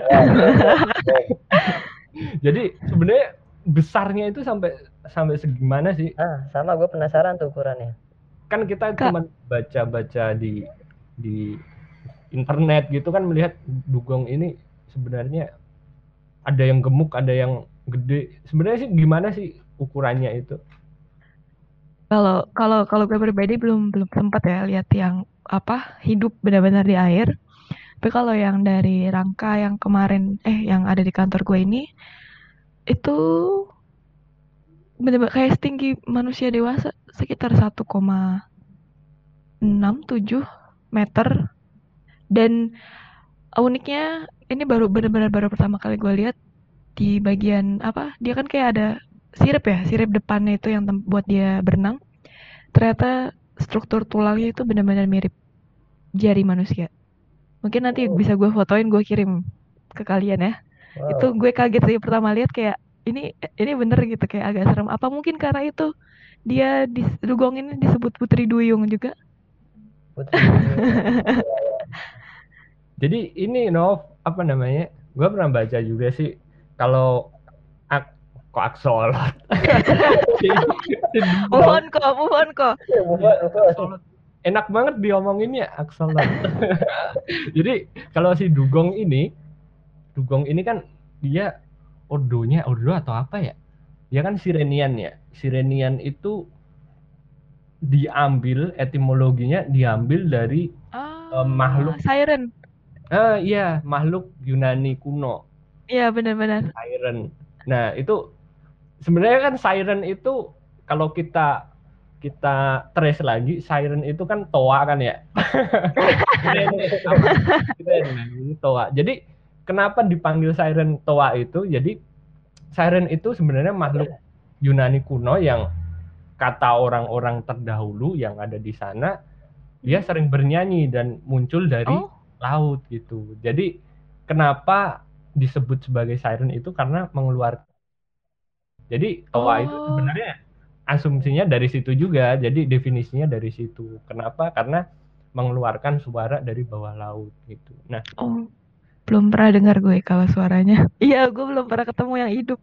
Jadi sebenarnya besarnya itu sampai sampai segimana sih? Ah, sama gue penasaran tuh ukurannya. Kan kita Kak, cuma baca-baca di di internet gitu kan melihat dugong ini sebenarnya ada yang gemuk, ada yang gede. Sebenarnya sih gimana sih ukurannya itu? kalau kalau kalau gue pribadi belum belum sempat ya lihat yang apa hidup benar-benar di air. Tapi kalau yang dari rangka yang kemarin eh yang ada di kantor gue ini itu benar-benar kayak setinggi manusia dewasa sekitar satu koma enam tujuh meter. Dan uniknya ini baru benar-benar baru pertama kali gue lihat di bagian apa dia kan kayak ada sirip ya sirip depannya itu yang tem- buat dia berenang. Ternyata struktur tulangnya itu benar-benar mirip jari manusia. Mungkin nanti Oh. bisa gue fotoin gue kirim ke kalian ya. Wow. Itu gue kaget sih pertama lihat kayak ini ini bener gitu kayak agak serem. Apa mungkin karena itu dia di dugong ini disebut Putri Duyung juga? Putri Duyung. Jadi ini Nov, apa namanya? Gue pernah baca juga sih kalau ak, kok aksolot. si, si Move dugong, on kok, move on kok. ya, aksolot. Enak banget diomonginnya aksolot. Jadi kalau si dugong ini, dugong ini kan dia ordonya, ordo atau apa ya? Dia kan Sirenian ya. Sirenian itu diambil etimologinya diambil dari Ah, eh, makhluk siren. ah iya makhluk Yunani kuno, Iya benar-benar. siren. Nah itu sebenarnya kan siren itu kalau kita kita trace lagi siren itu kan toa kan ya. Keren, apa? Keren, nah, ini toa. Jadi kenapa dipanggil siren toa itu? Jadi siren itu sebenarnya makhluk Yunani kuno yang kata orang-orang terdahulu yang ada di sana, dia sering bernyanyi dan muncul dari Oh, laut gitu. Jadi kenapa disebut sebagai siren itu karena mengeluarkan. Jadi toa itu oh, sebenarnya asumsinya dari situ juga. Jadi definisinya dari situ. Kenapa? Karena mengeluarkan suara dari bawah laut gitu. Nah, oh. Belum pernah dengar gue kalau suaranya. Iya, gue belum pernah ketemu yang hidup.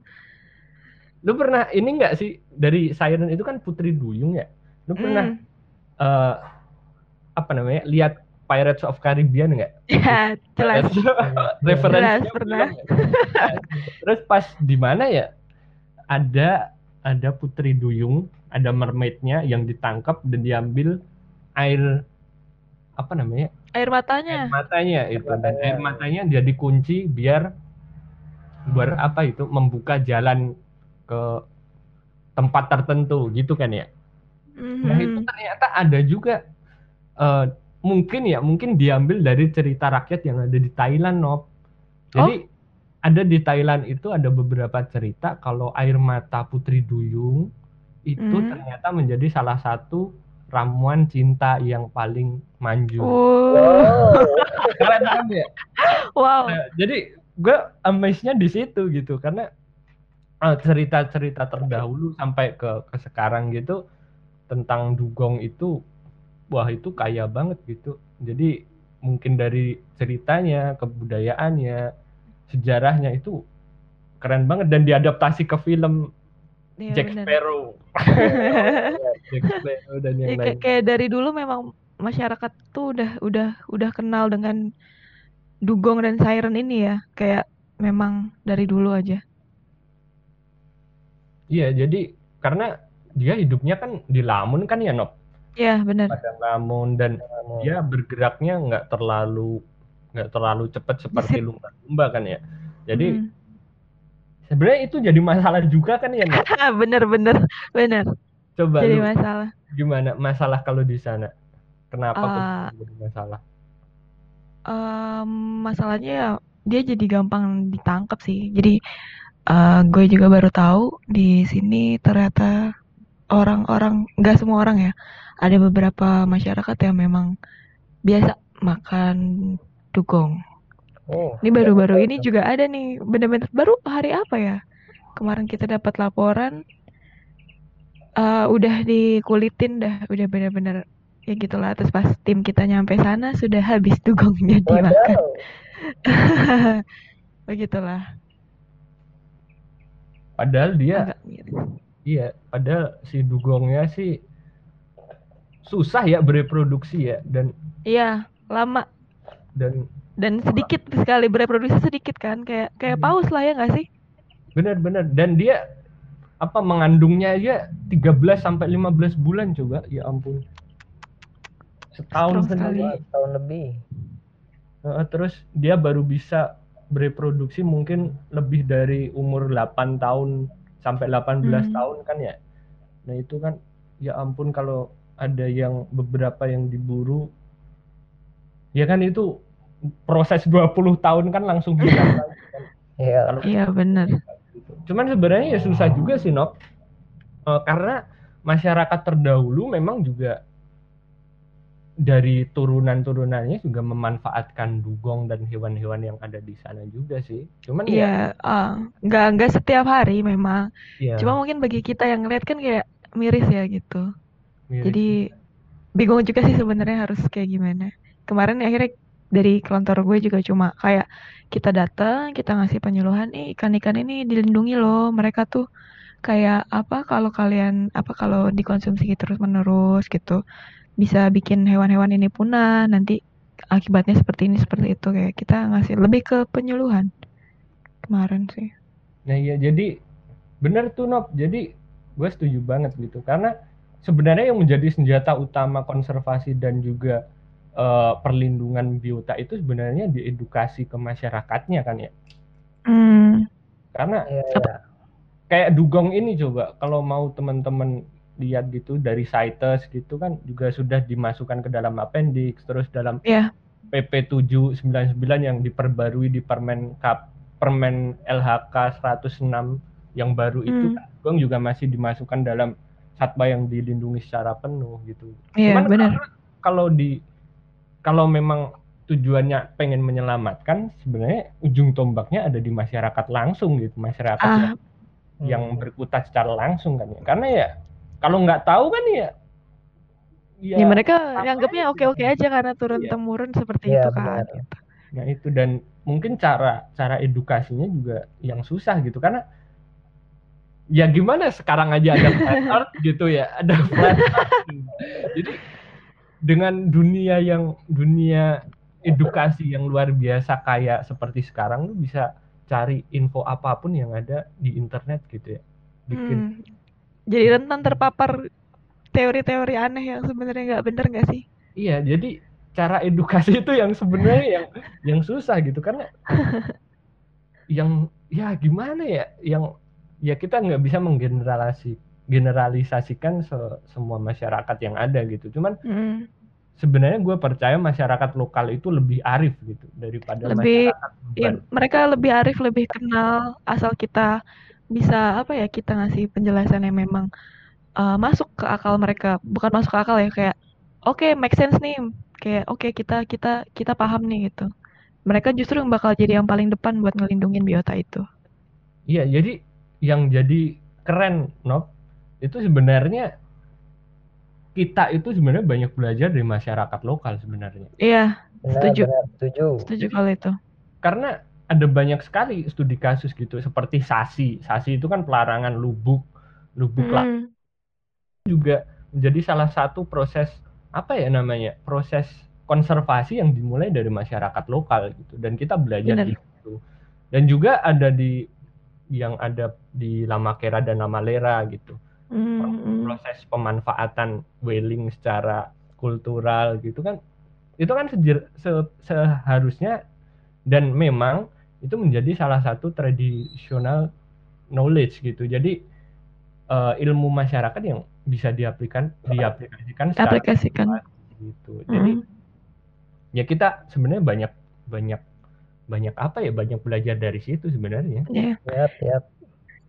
lu pernah ini nggak sih dari siren itu kan Putri Duyung ya? Lu pernah Hmm. uh, apa namanya? Lihat Pirates of Caribbean nggak? Ya, jelas. Referensinya Jelas pernah. film. Nah, terus pas di mana ya? Ada ada Putri Duyung, ada mermaidnya yang ditangkap dan diambil air apa namanya? Air matanya. Air matanya itu dan air matanya jadi kunci biar biar apa itu membuka jalan ke tempat tertentu gitu kan ya. Nah itu Mhm. ternyata ada juga uh, mungkin ya mungkin diambil dari cerita rakyat yang ada di Thailand, Nop. Jadi Oh, ada di Thailand itu ada beberapa cerita kalau air mata Putri Duyung itu hmm. ternyata menjadi salah satu ramuan cinta yang paling manjur. Oh. Keren kan ya? Wow. Nah, jadi gue amaze-nya di situ gitu karena uh, cerita-cerita terdahulu sampai ke ke sekarang gitu tentang dugong itu wah itu kaya banget gitu. Jadi mungkin dari ceritanya, kebudayaannya, sejarahnya itu keren banget dan diadaptasi ke film Iya Jack benar. Sparrow. Jack Sparrow dan yang Ya, kayak, lain. kayak dari dulu memang masyarakat tuh udah udah udah kenal dengan dugong dan siren ini ya. Kayak memang dari dulu aja. Iya, jadi karena dia hidupnya kan di lamun kan ya, Nop. Iya benar. Padang lamun dan dia bergeraknya nggak terlalu nggak terlalu cepat seperti Gesit. lumba-lumba kan ya. Jadi Hmm. sebenarnya itu jadi masalah juga kan ya, Nop. bener bener bener. Coba Jadi lu masalah. gimana masalah kalau di sana? Kenapa kok Uh, jadi masalah? um, masalahnya ya dia jadi gampang ditangkap sih. Jadi uh, gue juga baru tahu di sini ternyata orang-orang, nggak semua orang ya, ada beberapa masyarakat yang memang biasa makan dugong. Oh, Ini baru-baru ini juga ada nih, bener-bener baru hari apa ya? Kemarin kita dapat laporan, uh, udah dikulitin dah, udah bener-bener ya gitulah. Terus pas tim kita nyampe sana sudah habis dugongnya dimakan. Begitulah. Padahal dia Agak miris. iya, padahal si dugongnya sih susah ya bereproduksi ya, dan Iya, lama dan dan sedikit sekali bereproduksi, sedikit kan, kayak kayak paus lah ya nggak sih? benar-benar, dan dia apa mengandungnya aja tiga belas sampai lima belas bulan coba, ya ampun. Setahun Strong sekali. sendiri. Setahun lebih. Uh, terus dia baru bisa bereproduksi mungkin lebih dari umur delapan tahun sampai delapan belas Hmm. tahun kan ya. Nah itu kan ya ampun, kalau ada yang beberapa yang diburu ya kan itu proses dua puluh tahun kan langsung hilang lagi kan. Iya. Kalau Iya benar. cuman sebenarnya ya susah juga sih Nok. Uh, karena masyarakat terdahulu memang juga dari turunan-turunannya juga memanfaatkan dugong dan hewan-hewan yang ada di sana juga sih. Cuman ya Iya, uh, nggak nggak setiap hari memang. ya Cuma mungkin bagi kita yang ngeliat kan kayak miris ya gitu. miris. Jadi bingung juga sih sebenarnya harus kayak gimana. Kemarin akhirnya dari kantor gue juga cuma kayak kita datang, kita ngasih penyuluhan, eh ikan-ikan ini dilindungi loh. Mereka tuh kayak apa kalau kalian apa kalau dikonsumsi terus-menerus gitu bisa bikin hewan-hewan ini punah, nanti akibatnya seperti ini seperti itu, kayak kita ngasih lebih ke penyuluhan kemarin sih. Nah iya, jadi bener tuh Nop, jadi gue setuju banget gitu, karena sebenarnya yang menjadi senjata utama konservasi dan juga uh, perlindungan biota itu sebenarnya diedukasi ke masyarakatnya kan ya. Hmm. Karena Iya, iya. kayak dugong ini coba kalau mau teman-teman lihat gitu dari CITES gitu kan juga sudah dimasukkan ke dalam appendix, terus dalam Ya. P P tujuh sembilan sembilan yang diperbarui di Permen Kap Permen L H K seratus enam yang baru itu, Hmm. dugong juga masih dimasukkan dalam satwa yang dilindungi secara penuh gitu. Iya, Cuman benar. kalau di kalau memang tujuannya pengen menyelamatkan, sebenarnya ujung tombaknya ada di masyarakat langsung gitu, masyarakat Ah, yang, yang berkutat secara langsung kan ya. Karena ya kalau nggak tahu kan ya ya, ya mereka apa nganggapnya aja. oke-oke aja karena turun Iya. temurun seperti Iya, itu kan. benar. Gitu. Nah itu, dan mungkin cara cara edukasinya juga yang susah gitu, karena ya gimana sekarang aja ada flat earth gitu ya, ada flat earth gitu. Jadi dengan dunia yang dunia edukasi yang luar biasa kayak seperti sekarang, lu bisa cari info apapun yang ada di internet gitu ya. Bikin Hmm. Jadi rentan terpapar teori-teori aneh yang sebenarnya nggak bener nggak sih? iya, jadi cara edukasi itu yang sebenarnya yang yang susah gitu, karena yang ya gimana ya, yang ya kita nggak bisa menggeneralisasi generalisasikan se- semua masyarakat yang ada gitu. Cuman Hmm. sebenarnya gue percaya masyarakat lokal itu lebih arif gitu daripada Lebih masyarakat ya, urban. mereka lebih arif, lebih kenal, asal kita bisa apa ya, kita ngasih penjelasan yang memang uh, masuk ke akal mereka, bukan masuk ke akal ya, kayak oke okay, make sense nih, kayak oke okay, kita kita kita paham nih gitu. Mereka justru yang bakal jadi yang paling depan buat ngelindungin biota itu. Iya, jadi yang jadi keren Nop itu sebenarnya kita itu sebenarnya banyak belajar dari masyarakat lokal sebenarnya. Iya, Benar, setuju. benar, setuju. Setuju kalau itu. Karena ada banyak sekali studi kasus gitu, seperti Sasi. Sasi itu kan pelarangan lubuk, lubuk laut Hmm. juga menjadi salah satu proses apa ya namanya, proses konservasi yang dimulai dari masyarakat lokal gitu, dan kita belajar Bener. di situ. Dan juga ada di yang ada di Lamakera dan Lamalera gitu, Hmm. proses pemanfaatan whaling secara kultural gitu kan, itu kan sejer, se, seharusnya dan memang itu menjadi salah satu tradisional knowledge gitu. Jadi uh, ilmu masyarakat yang bisa diaplikasikan diaplikasikan secara Aplikasikan. gitu. Jadi Hmm. ya kita sebenarnya banyak banyak banyak apa ya banyak belajar dari situ sebenarnya. Ya. Yap, yap.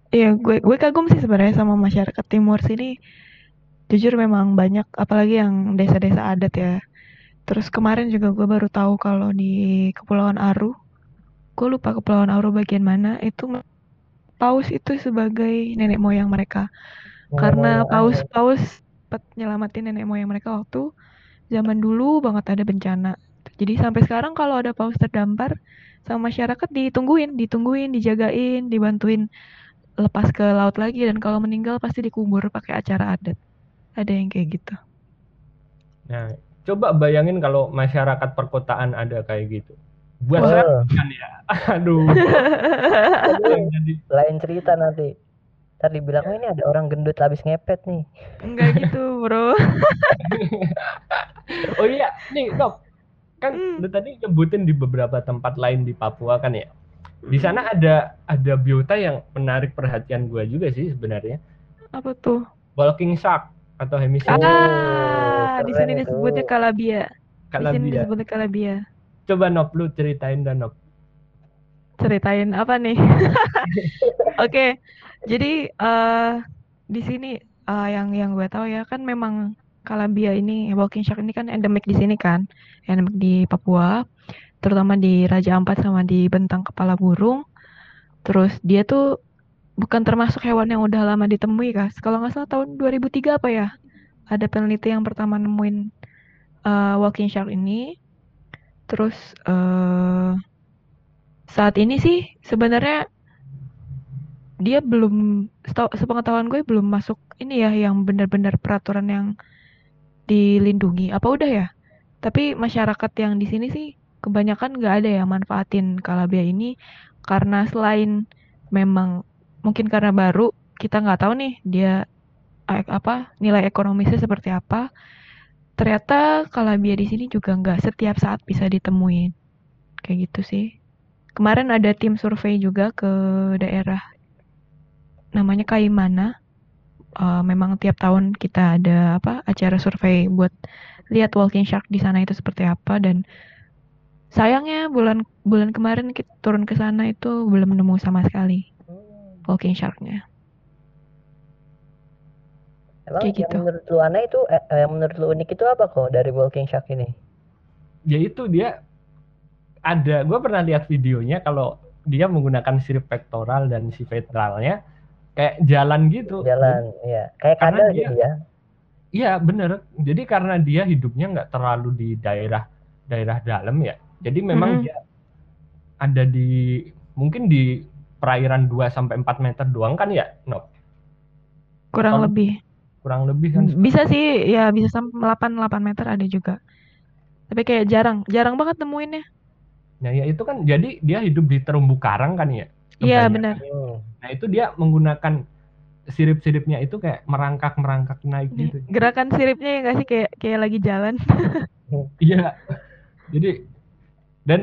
Iya, gue gue kagum sih sebenarnya sama masyarakat timur sini. Jujur memang banyak, apalagi yang desa-desa adat ya. Terus kemarin juga gue baru tahu kalau di Kepulauan Aru, gue lupa Kepulauan Aru bagian mana, itu paus itu sebagai nenek moyang mereka. Nenek Karena moyang aneh. paus-paus sempat nyelamatin nenek moyang mereka waktu zaman dulu banget ada bencana. Jadi sampai sekarang kalau ada paus terdampar sama masyarakat ditungguin, ditungguin, dijagain, dibantuin lepas ke laut lagi, dan kalau meninggal pasti dikubur pakai acara adat. Ada yang kayak gitu. Nah, coba bayangin kalau masyarakat perkotaan ada kayak gitu. Buat saya Wah, kan ya. Aduh, tapi yang jadi lain cerita nanti. Ntar dibilang, oh ini ada orang gendut habis ngepet nih. Enggak gitu, bro. Oh iya, nih, Nop. Kan Hmm. lu tadi nyebutin di beberapa tempat lain di Papua kan ya. Di sana Hmm. ada ada biota yang menarik perhatian gua juga sih sebenarnya. Apa tuh? Walking shark atau hemisilium Oh, Ah, di keren sini itu. disebutnya kalabia. Di sini kalabia. disebutnya kalabia. Coba Nop, lu ceritain dan Nop. Ceritain apa nih? Oke, jadi eh di sini eh, yang yang gue tahu ya kan memang kalabia ini, walking shark ini kan endemik di sini kan, endemik di Papua, terutama di Raja Ampat sama di Bentang Kepala Burung. Terus dia tuh bukan termasuk hewan yang udah lama ditemui, Kas. Kalau nggak salah tahun dua ribu tiga apa ya? Ada peneliti yang pertama nemuin eh, walking shark ini. Terus eh saat ini sih sebenarnya dia belum, setau- sepengetahuan gue belum masuk ini ya yang benar-benar peraturan yang dilindungi. Apa udah ya? Tapi masyarakat yang di sini sih kebanyakan nggak ada yang manfaatin kalabia ini, karena selain memang mungkin karena baru, kita nggak tahu nih dia eh, apa nilai ekonomisnya seperti apa. Ternyata kalabia di sini juga nggak setiap saat bisa ditemuin. Kayak gitu sih. Kemarin ada tim survei juga ke daerah namanya Kaimana. Uh, memang tiap tahun kita ada apa acara survei buat lihat walking shark di sana itu seperti apa, dan sayangnya bulan bulan kemarin kita turun ke sana itu belum nemu sama sekali walking sharknya. Emang Kayak yang gitu. menurut lu aneh itu, eh, eh, yang menurut lu unik itu apa kok dari walking shark ini? Yaitu dia ada, gue pernah lihat videonya kalau dia menggunakan sirip pektoral dan si ventralnya kayak jalan gitu. Jalan, Jadi ya. Kayak karena kadal dia, gitu ya. iya bener. Jadi karena dia hidupnya nggak terlalu di daerah daerah dalam ya. Jadi memang Mm-mm. dia ada di mungkin di perairan dua sampai empat meter doang kan ya, no? Kurang Atau lebih. kurang lebih kan seperti. Bisa sih ya, bisa sampai delapan delapan meter ada juga. Tapi kayak jarang, jarang banget nemuinnya. Nah, ya itu kan jadi dia hidup di terumbu karang kan ya, Iya kebanyakan. benar. Hmm. Nah, itu dia menggunakan sirip-siripnya itu kayak merangkak-merangkak naik Nih, gitu. gerakan siripnya ya nggak sih kayak kayak lagi jalan. Iya, jadi dan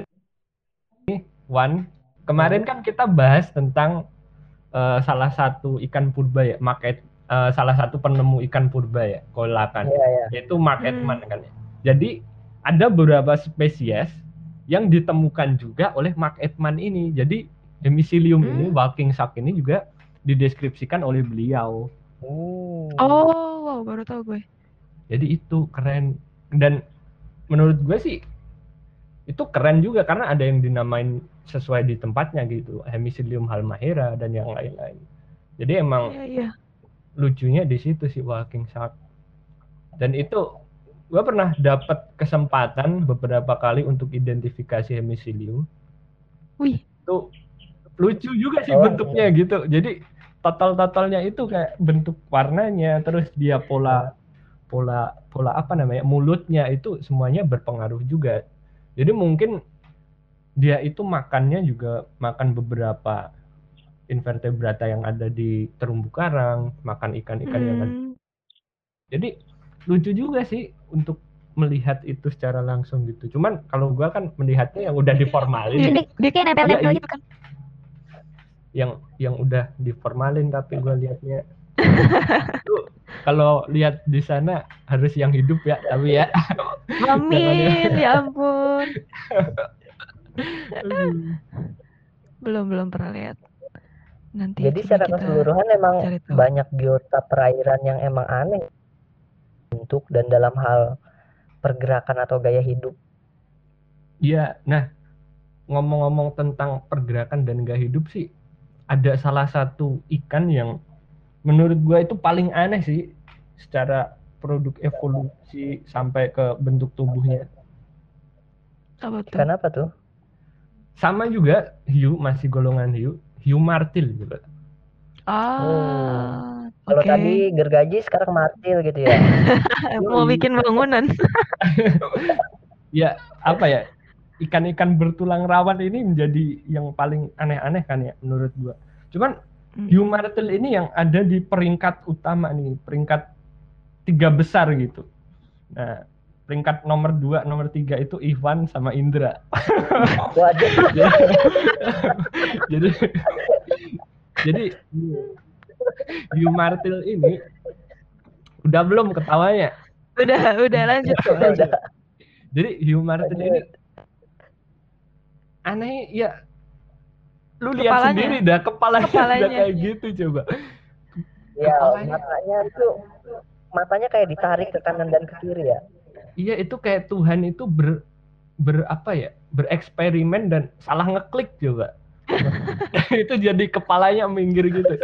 Wan, kemarin Hmm. kan kita bahas tentang uh, salah satu ikan purba ya, market uh, salah satu penemu ikan purba ya, kolakan, Iya, ya. yaitu Mark Edman Hmm. kan ya. Jadi ada beberapa spesies yang ditemukan juga oleh Mark Edman ini. Jadi Hemisilium Hmm. ini, walking shark ini juga dideskripsikan oleh beliau. Hmm. Oh, wow, baru tahu gue. Jadi itu keren, dan menurut gue sih itu keren juga karena ada yang dinamain sesuai di tempatnya gitu, Hemisilium halmahera dan yang lain-lain. Jadi emang Iya, iya. lucunya di situ sih walking shark. Dan itu gue pernah dapat kesempatan beberapa kali untuk identifikasi Hemisilium. Wih, Itu lucu juga sih Oh, bentuknya gitu. Jadi total-totalnya itu kayak bentuk warnanya, terus dia pola pola pola apa namanya, mulutnya itu semuanya berpengaruh juga. Jadi mungkin dia itu makannya juga makan beberapa invertebrata yang ada di terumbu karang, makan ikan-ikan yang ada. hmm. Jadi lucu juga sih untuk melihat itu secara langsung gitu. Cuman kalau gua kan melihatnya yang udah diformalin Dia, ya. dia kayak Iya, nempel-nempel iya. gitu kan. Yang yang udah diformalin, tapi gua lihatnya itu kalau lihat di sana harus yang hidup ya, tapi ya jangan ya. Amin, ya ampun. Aduh. Belum belum pernah lihat. Nanti Jadi coba secara kita keseluruhan emang cari tahu. banyak biota perairan yang emang aneh bentuk dan dalam hal pergerakan atau gaya hidup. Iya, nah ngomong-ngomong tentang pergerakan dan gaya hidup sih, ada salah satu ikan yang menurut gua itu paling aneh sih secara produk evolusi sampai ke bentuk tubuhnya. Apa tuh? Ikan apa tuh? Sama juga hiu, masih golongan hiu, hiu martil juga. Ah, Kalau oke. tadi gergaji sekarang martil gitu ya. Mau Yoi. bikin bangunan. Ya, apa ya? Ikan-ikan bertulang rawan ini menjadi yang paling aneh-aneh kan ya menurut gua. Cuman hiu Mm-mm. martil ini yang ada di peringkat utama nih, peringkat tiga besar gitu. Nah, peringkat nomor dua, nomor tiga itu Ivan sama Indra. Waduh. jadi jadi hiu martil ini udah belum ketawanya? Udah, udah lanjut kok, Udah, lanjut. udah. Jadi hiu martil ini Lanjut. aneh ya. Lu lihat Kepalanya. sendiri dah kepalanya, udah Kepalanya. kayak gitu coba. Ya, Kepalanya matanya itu matanya kayak ditarik ke kanan dan ke kiri ya. iya, itu kayak Tuhan itu ber ber apa ya? Bereksperimen dan salah ngeklik coba. Itu jadi kepalanya minggir gitu.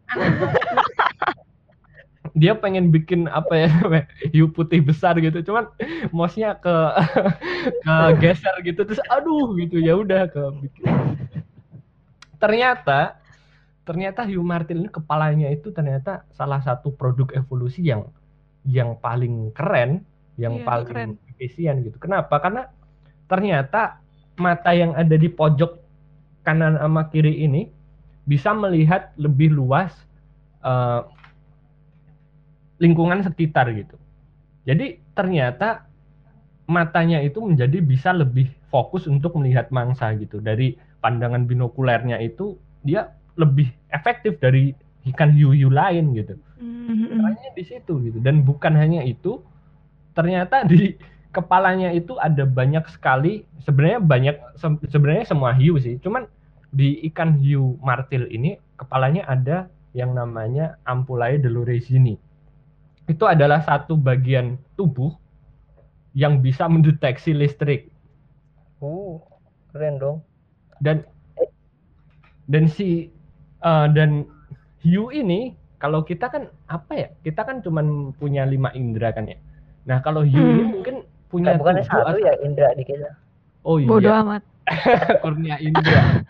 Dia pengen bikin apa ya namanya, hiu putih besar gitu, cuman mouse-nya ke ke geser gitu terus aduh gitu, ya udah ke bikin. Ternyata ternyata hiu martil ini kepalanya itu ternyata salah satu produk evolusi yang yang paling keren, yang Iya, paling keren. efisien gitu. Kenapa? Karena ternyata mata yang ada di pojok kanan sama kiri ini bisa melihat lebih luas uh, lingkungan sekitar gitu. Jadi ternyata matanya itu menjadi bisa lebih fokus untuk melihat mangsa gitu. Dari pandangan binokulernya itu dia lebih efektif dari ikan hiu-hiu lain gitu. Mm-mm. Caranya di situ gitu. Dan bukan hanya itu, ternyata di kepalanya itu ada banyak sekali, sebenarnya banyak sebenarnya semua hiu sih. Cuman di ikan hiu martil ini kepalanya ada yang namanya ampullae delorezini. Itu adalah satu bagian tubuh yang bisa mendeteksi listrik. Uh, keren dong. Dan dan si uh, dan hiu ini kalau kita kan apa ya? Kita kan cuman punya lima indera kan ya. Nah, kalau hiu ini Hmm. mungkin punya Bukannya tujuh satu atau ya indra di kita. oh Bodoh iya, amat. kurnia indra.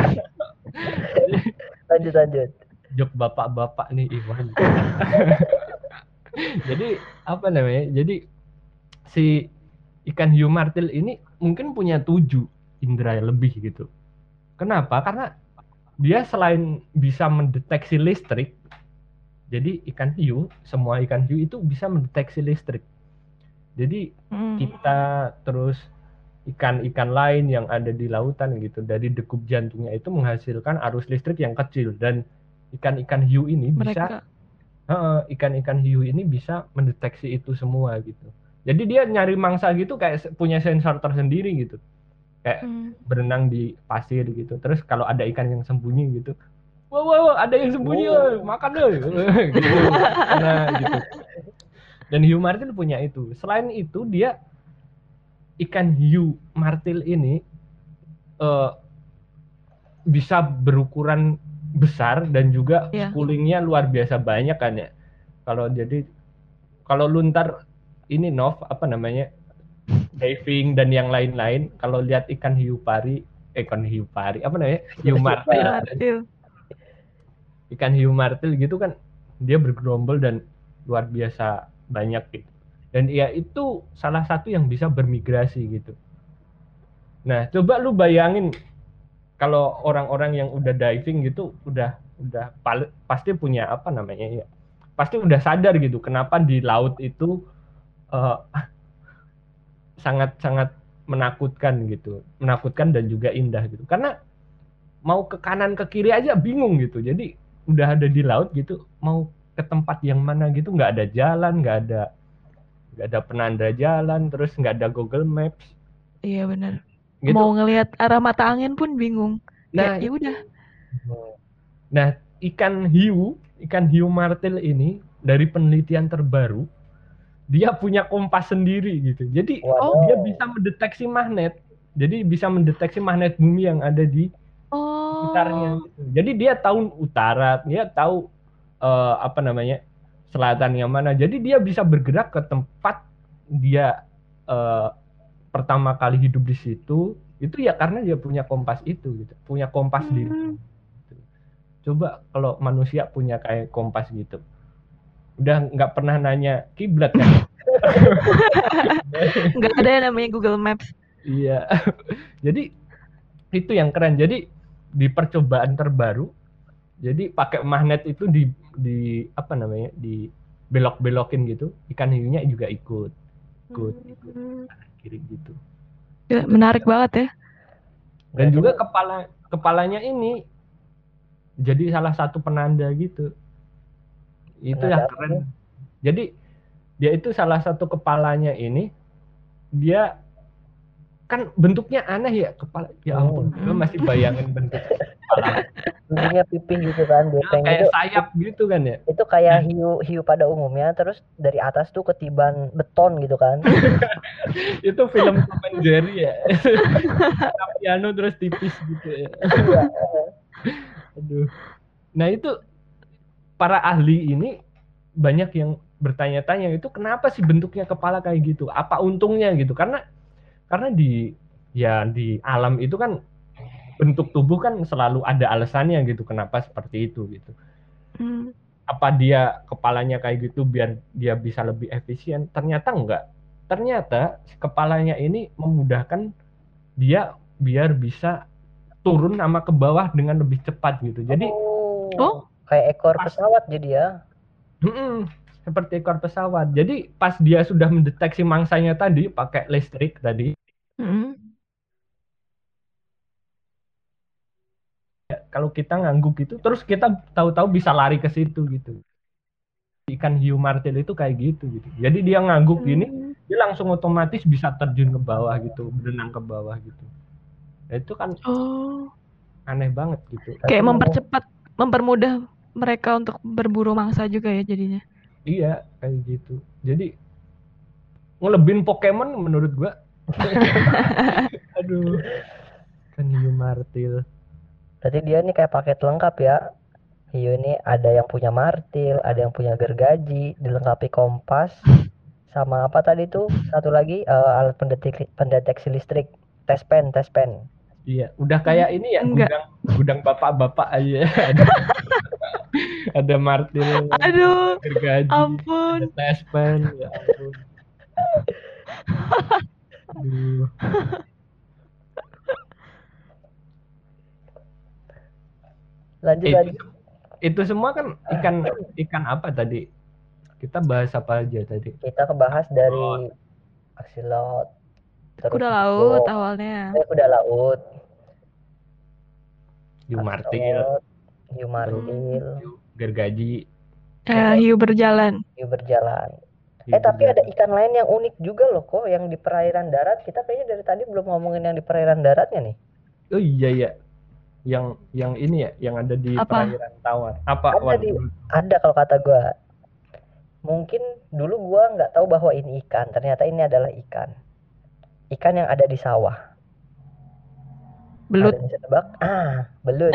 Lanjut lanjut. Jok bapak-bapak nih Iwan. Jadi apa namanya? Jadi si ikan hiu martil ini mungkin punya tujuh indera lebih gitu. Kenapa? Karena dia selain bisa mendeteksi listrik, jadi ikan hiu, semua ikan hiu itu bisa mendeteksi listrik. Jadi Hmm. kita terus ikan-ikan lain yang ada di lautan gitu, dari degup jantungnya itu menghasilkan arus listrik yang kecil, dan ikan-ikan hiu ini bisa Mereka. uh, ikan-ikan hiu ini bisa mendeteksi itu semua gitu. Jadi dia nyari mangsa gitu kayak punya sensor tersendiri gitu. Kayak Hmm. berenang di pasir gitu. Terus kalau ada ikan yang sembunyi gitu, wow, wow, wow ada yang sembunyi, Wow. makan deh, gitu. Nah, gitu. Dan hiu martil punya itu. Selain itu dia ikan hiu martil ini uh, bisa berukuran besar dan juga yeah. schoolingnya luar biasa banyak kan ya. Kalau jadi kalau lu ntar ini Nov apa namanya diving dan yang lain-lain, kalau lihat ikan hiu pari, eh, ikan hiu pari apa namanya hiu martil, martil. ikan hiu martil gitu kan dia bergerombol dan luar biasa banyak gitu. Dan ya itu salah satu yang bisa bermigrasi gitu. Nah, coba lu bayangin kalau orang-orang yang udah diving gitu udah udah pal- pasti punya apa namanya ya. Pasti udah sadar gitu kenapa di laut itu uh, sangat-sangat menakutkan gitu. Menakutkan dan juga indah gitu. Karena mau ke kanan ke kiri aja bingung gitu. Jadi udah ada di laut gitu, mau ke tempat yang mana gitu nggak ada jalan, nggak ada nggak ada penanda jalan, terus nggak ada Google Maps. Iya benar. Gitu. Mau ngelihat arah mata angin pun bingung. Nah, ya udah. Nah, ikan hiu, ikan hiu martil ini dari penelitian terbaru, dia punya kompas sendiri gitu. Jadi Waduh. dia bisa mendeteksi magnet. Jadi bisa mendeteksi magnet bumi yang ada di sekitarnya Oh. gitu. Jadi dia tahu utara, dia tahu eh, apa namanya? Selatan yang mana. Jadi dia bisa bergerak ke tempat dia eh, pertama kali hidup di situ. Itu ya karena dia punya kompas itu gitu. Punya kompas diri. Hmm. Coba kalau manusia punya kayak kompas gitu. Udah nggak pernah nanya kiblat kan? Nggak ada yang namanya Google Maps. Iya. Jadi itu yang keren. Jadi di percobaan terbaru, jadi pakai magnet itu di di apa namanya? Di belok-belokin gitu, ikan hiunya juga ikut. Ikut, ikut Hmm. kanan kiri gitu. Ya, menarik banget ya. Dan Berarti juga kepala kepalanya ini jadi salah satu penanda gitu. Itu Penanda yang apa keren. tuh? Jadi dia itu salah satu kepalanya ini dia kan bentuknya aneh ya kepala. Ya ampun, gue Hmm. masih bayangin bentuk kepala. Ujungnya pipih gitu kan, Nah, gepeng kayak itu. sayap gitu kan ya. Itu kayak hiu hiu pada umumnya, terus dari atas tuh ketiban beton gitu kan. Itu film Tom and Jerry ya. Piano terus tipis gitu ya. Iya. Aduh. Nah itu para ahli ini banyak yang bertanya-tanya itu kenapa sih bentuknya kepala kayak gitu? Apa untungnya gitu? Karena karena di ya di alam itu kan bentuk tubuh kan selalu ada alasannya gitu kenapa seperti itu gitu. Hmm. Apa dia kepalanya kayak gitu biar dia bisa lebih efisien? Ternyata enggak. Ternyata kepalanya ini memudahkan dia biar bisa turun sama ke bawah dengan lebih cepat gitu. Jadi Oh, Oh. kayak ekor pas, pesawat jadi ya. mm-mm, seperti ekor pesawat. Jadi pas dia sudah mendeteksi mangsanya tadi pakai listrik tadi, Hmm. kalau kita ngangguk gitu, terus kita tahu-tahu bisa lari ke situ gitu. Ikan hiu martil itu kayak gitu gitu. Jadi dia ngangguk gini, Hmm. dia langsung otomatis bisa terjun ke bawah gitu, berenang ke bawah gitu. Nah, itu kan Oh. aneh banget gitu. Kayak Berarti mempercepat, mempermudah mereka untuk berburu mangsa juga ya jadinya. Iya, kayak gitu. Jadi ngelebin Pokemon menurut gua. Aduh, kan hiu martil. berarti dia nih kayak paket lengkap ya. Hiu ini ada yang punya martil, ada yang punya gergaji, dilengkapi kompas, sama apa tadi tuh? Satu lagi eh, alat pendeteksi, pendeteksi listrik, tes pen, tes pen. Iya, udah kayak ini ya Enggak. gudang gudang bapak-bapak aja. ada, ada martil, Aduh, gergaji, ampun. ada tes pen, ya ampun. Aduh. Lanjut Eh, itu, lagi. itu semua kan ikan ikan apa tadi? Kita bahas apa aja tadi? Kita kebahas dari aksilot, terus Kuda laut beo, awalnya. eh, kuda laut, Hiu martil, aksolot, hiu terus martil, hiu gergaji, Eh, hiu berjalan. hiu berjalan. hiu Eh tapi ada berjalan. ikan lain yang unik juga loh kok, yang di perairan darat. Kita kayaknya dari tadi belum ngomongin yang di perairan daratnya nih. Oh iya ya, yang yang ini ya, yang ada di Apa? perairan tawar. Apa? Ada Wan? di, ada kalau kata gue. Mungkin dulu gue nggak tahu bahwa ini ikan. Ternyata ini adalah ikan. Ikan yang ada di sawah. Belut. Ada yang bisa tebak? Ah, belut.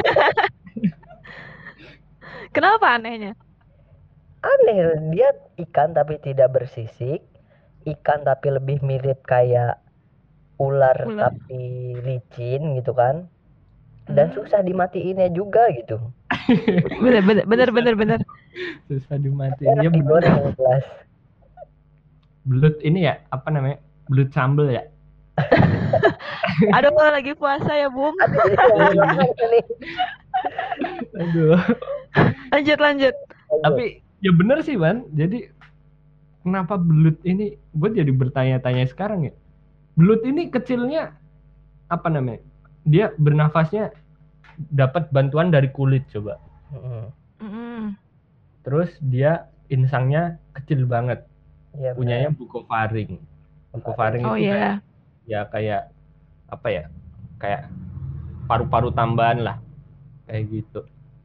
Kenapa anehnya? Aneh, dia ikan tapi tidak bersisik. Ikan tapi lebih mirip kayak ular, Ular. tapi licin gitu kan. Dan susah dimatiinnya juga gitu. Bener, bener, bener, bener, bener. Susah dimatiin. Enak Ya bener. digoreng yang jelas. Belut ini ya, apa namanya? Belut sambel ya. Aduh, kalau lagi puasa ya, Bung. Aduh, jadi ngomongin apa nih? Aduh. Lanjut, lanjut. Tapi ya bener sih, Wan. Jadi kenapa belut ini? Gue jadi bertanya-tanya sekarang ya. Belut ini kecilnya apa namanya? Dia bernafasnya dapat bantuan dari kulit coba. Mm-mm. Terus dia insangnya kecil banget. Ya, Punyanya bukofaring. Bukofaring Oh itu iya. kayak ya kayak apa ya? Kayak paru-paru tambahan lah. Kayak gitu.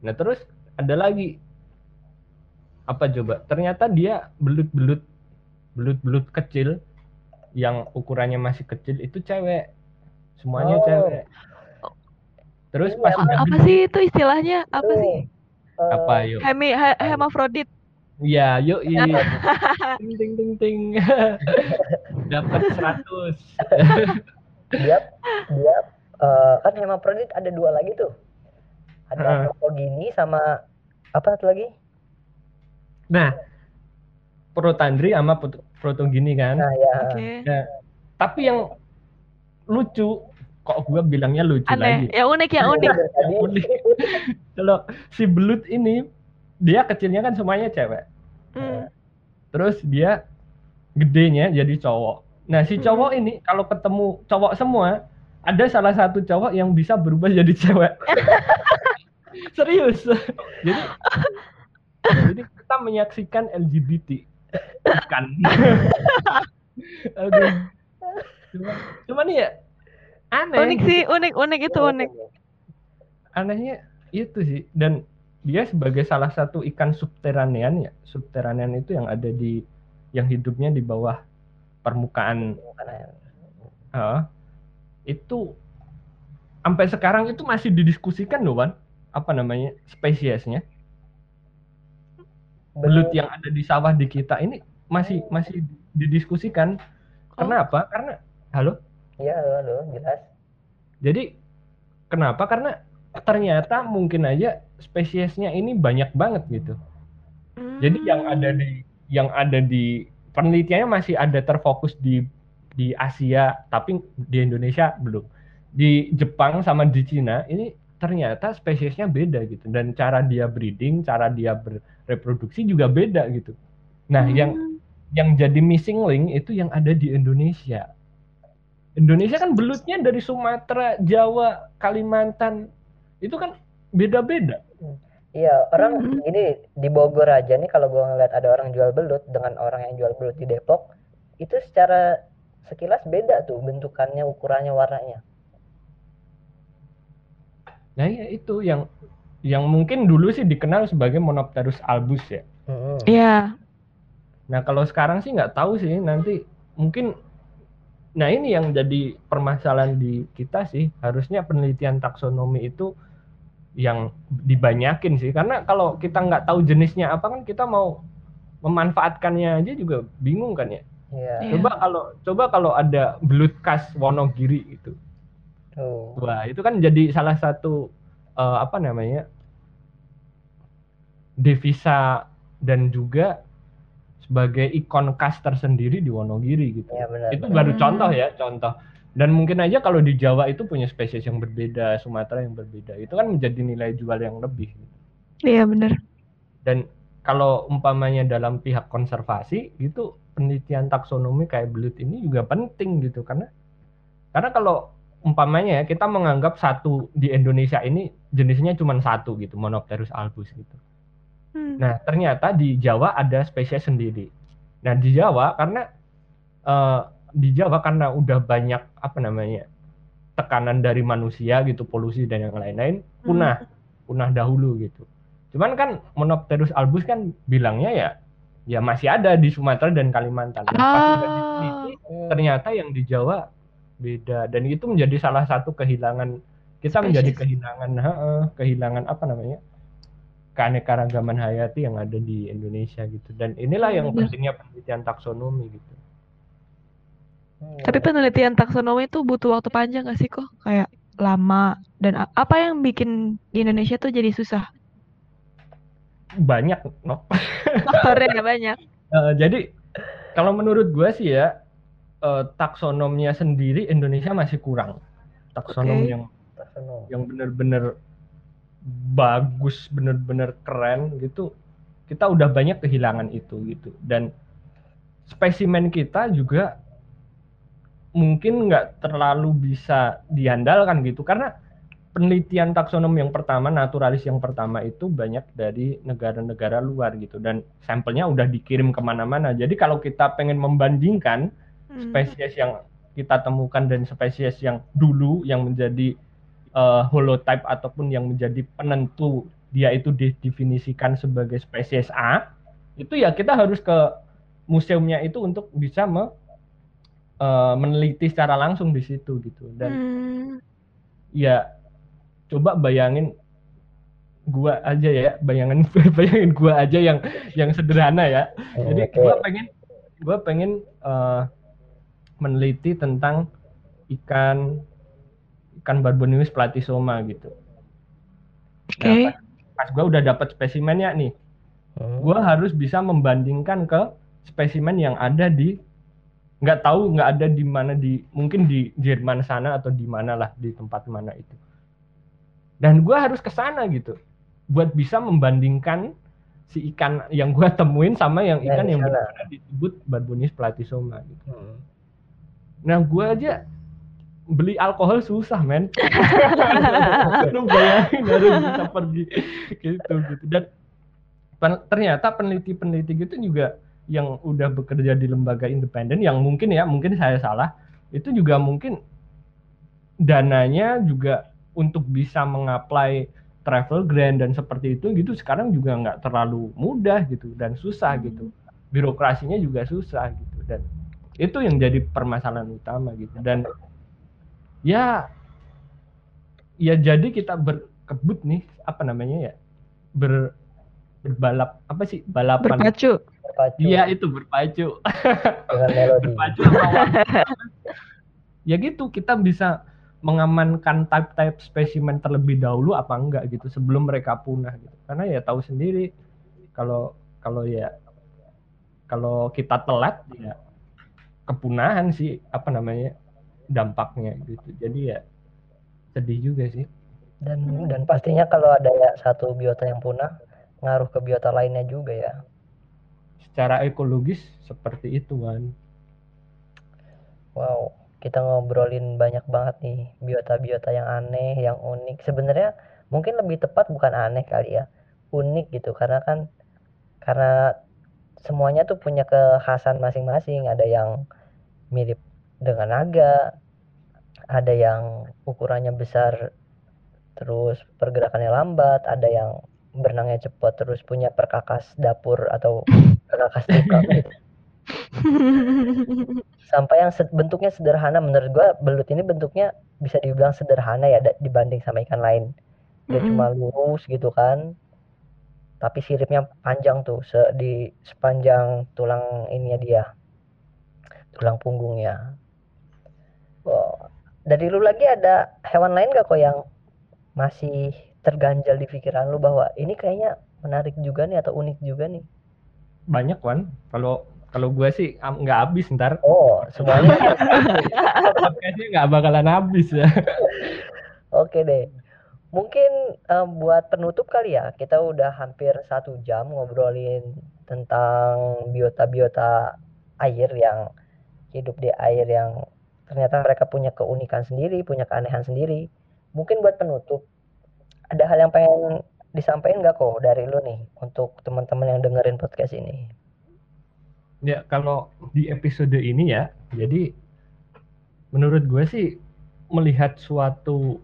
Nah terus ada lagi apa coba? Ternyata dia belut-belut belut-belut kecil yang ukurannya masih kecil itu cewek, semuanya Oh. cewek. Terus Ini pas apa? udah Apa gede, sih itu istilahnya? Apa Tuh, sih? eh, apa yuk? Hemi he- hemafrodit. Iya, yuk ting ting ting ting. Dapat seratus. dia dia eh, kan hemafrodit ada dua lagi tuh. Ada Heeh. androgini sama apa satu lagi? Nah, protandri sama prot- protogini kan. Nah ya. Oke. Nah, tapi yang lucu, kok gue bilangnya lucu Aneh, lagi. yang unik, yang unik. Yang unik. Kalau si belut ini, dia kecilnya kan semuanya cewek. Hmm. Terus dia gedenya jadi cowok. Nah, si cowok Hmm. ini kalau ketemu cowok semua, ada salah satu cowok yang bisa berubah jadi cewek. Serius. Jadi jadi kita menyaksikan L G B T ikan. Aduh. Cuman, cuman ya aneh. Unik sih, unik, unik itu unik. Anehnya itu sih, dan dia sebagai salah satu ikan subterranean ya. Subterranean itu yang ada di yang hidupnya di bawah permukaan. Uh, itu sampai sekarang itu masih didiskusikan loh, Wan. Apa namanya? Spesiesnya. Belut yang ada di sawah di kita ini masih masih didiskusikan. Kenapa? Karena halo? Iya, halo, halo, jelas. Jadi kenapa? Karena ternyata mungkin aja spesiesnya ini banyak banget gitu. Hmm. Jadi yang ada di yang ada di penelitiannya masih ada terfokus di di Asia, tapi di Indonesia belum. Di Jepang sama di Cina ini ternyata spesiesnya beda gitu, dan cara dia breeding, cara dia bereproduksi juga beda gitu. Nah, Hmm. yang yang jadi missing link itu yang ada di Indonesia. Indonesia kan belutnya dari Sumatera, Jawa, Kalimantan, itu kan beda-beda. Iya, orang Hmm. ini di Bogor aja nih, kalau gua ngeliat ada orang jual belut dengan orang yang jual belut di Depok, itu secara sekilas beda tuh bentukannya, ukurannya, warnanya. Nah ya itu yang yang mungkin dulu sih dikenal sebagai Monopterus albus ya. Mm-hmm. Iya. Nah kalau sekarang sih nggak tahu sih, nanti mungkin. Nah ini yang jadi permasalahan di kita sih, harusnya penelitian taksonomi itu yang dibanyakin sih, karena kalau kita nggak tahu jenisnya apa kan kita mau memanfaatkannya aja juga bingung kan ya. Iya. Coba kalau coba kalau ada belut khas Wonogiri gitu. Oh. Wah, itu kan jadi salah satu uh, apa namanya? devisa dan juga sebagai ikon khas tersendiri di Wonogiri gitu. Ya, benar, itu benar. baru Hmm. contoh ya, contoh. Dan mungkin aja kalau di Jawa itu punya spesies yang berbeda, Sumatera yang berbeda. Itu kan menjadi nilai jual yang lebih. Iya benar. Dan kalau umpamanya dalam pihak konservasi gitu, penelitian taksonomi kayak belut ini juga penting gitu, karena karena kalau umpamanya ya kita menganggap satu di Indonesia ini jenisnya cuma satu gitu, Monopterus albus gitu. Hmm. Nah ternyata di Jawa ada spesies sendiri. Nah di Jawa karena uh, di Jawa karena udah banyak apa namanya tekanan dari manusia gitu, polusi dan yang lain-lain, punah hmm. punah dahulu gitu. Cuman kan Monopterus albus kan bilangnya ya ya masih ada di Sumatera dan Kalimantan. Nah, pas Ah. udah diteliti ternyata yang di Jawa beda, dan itu menjadi salah satu kehilangan kita Spesies. menjadi kehilangan heeh, kehilangan apa namanya keanekaragaman hayati yang ada di Indonesia gitu. Dan inilah Iya, yang benar. pentingnya penelitian taksonomi gitu. Hmm. Tapi penelitian taksonomi itu butuh waktu panjang gak sih kok? Kayak lama. Dan a- apa yang bikin di Indonesia tuh jadi susah? Banyak, no. Faktornya banyak. Uh, jadi kalau menurut gue sih ya, uh, taksonomnya sendiri Indonesia masih kurang. Taksonom Oke. yang Taksonom. yang benar-benar bagus, benar-benar keren gitu. Kita udah banyak kehilangan itu gitu. Dan spesimen kita juga mungkin nggak terlalu bisa diandalkan gitu, karena penelitian taksonom yang pertama, naturalis yang pertama itu banyak dari negara-negara luar gitu, dan sampelnya udah dikirim kemana-mana. Jadi kalau kita pengen membandingkan Hmm. spesies yang kita temukan dan spesies yang dulu yang menjadi uh, holotype ataupun yang menjadi penentu dia itu didefinisikan sebagai spesies A, itu ya kita harus ke museumnya itu untuk bisa me, uh, meneliti secara langsung di situ gitu. Dan hmm. ya coba bayangin gua aja ya, bayangin bayangin gua aja yang yang sederhana ya. Hmm, Jadi okay. gua pengen gua pengen uh, meneliti tentang ikan ikan Barbonymus platysoma gitu. Oke. Okay. Nah, pas, pas gue udah dapat spesimennya nih, hmm. gue harus bisa membandingkan ke spesimen yang ada di, nggak tahu nggak ada di mana, di mungkin di Jerman sana atau di mana lah, di tempat mana itu. Dan gue harus ke sana gitu, buat bisa membandingkan si ikan yang gue temuin sama yang ikan yang, yang benar-benar disebut Barbonymus platysoma gitu. Hmm. Nah gue aja beli alkohol susah men. Lu bayangin harus bisa pergi gitu gitu. Dan pen, ternyata peneliti-peneliti gitu juga yang udah bekerja di lembaga independen, yang mungkin ya mungkin saya salah, itu juga mungkin dananya juga untuk bisa mengapply travel grant dan seperti itu gitu sekarang juga nggak terlalu mudah gitu dan susah gitu. Birokrasinya juga susah gitu, dan itu yang jadi permasalahan utama gitu. Dan ya ya jadi kita berkebut nih, apa namanya ya, ber berbalap apa sih balapan berpacu iya itu berpacu berpacu ya gitu, kita bisa mengamankan type-type spesimen terlebih dahulu apa enggak gitu sebelum mereka punah gitu. Karena ya tahu sendiri kalau kalau ya kalau kita telat ya kepunahan sih apa namanya dampaknya gitu. Jadi ya sedih juga sih. Dan dan pastinya kalau ada ya satu biota yang punah ngaruh ke biota lainnya juga ya. Secara ekologis seperti itu kan. Wow, kita ngobrolin banyak banget nih biota-biota yang aneh, yang unik. Sebenarnya mungkin lebih tepat bukan aneh kali ya, unik gitu, karena kan karena semuanya tuh punya kekhasan masing-masing. Ada yang mirip dengan naga, ada yang ukurannya besar terus pergerakannya lambat, ada yang berenangnya cepat terus punya perkakas dapur atau perkakas tukang gitu. Sampai yang bentuknya sederhana, menurut gua belut ini bentuknya bisa dibilang sederhana ya dibanding sama ikan lain. Dia mm-hmm. cuma lurus gitu kan, tapi siripnya panjang tuh se- di sepanjang tulang ininya dia, tulang punggungnya. Wow. Dari lu lagi ada hewan lain gak kok yang masih terganjal di pikiran lu bahwa ini kayaknya menarik juga nih atau unik juga nih? Banyak Wan, kalau kalau gue sih nggak habis ntar. Oh semuanya podcastnya nggak bakalan habis ya. Oke deh, mungkin um, buat penutup kali ya, kita udah hampir satu jam ngobrolin tentang biota-biota air yang hidup di air yang ternyata mereka punya keunikan sendiri, punya keanehan sendiri. Mungkin buat penutup ada hal yang pengen disampaikan nggak kok dari lu nih untuk teman-teman yang dengerin podcast ini? Ya kalau di episode ini ya, jadi menurut gue sih melihat suatu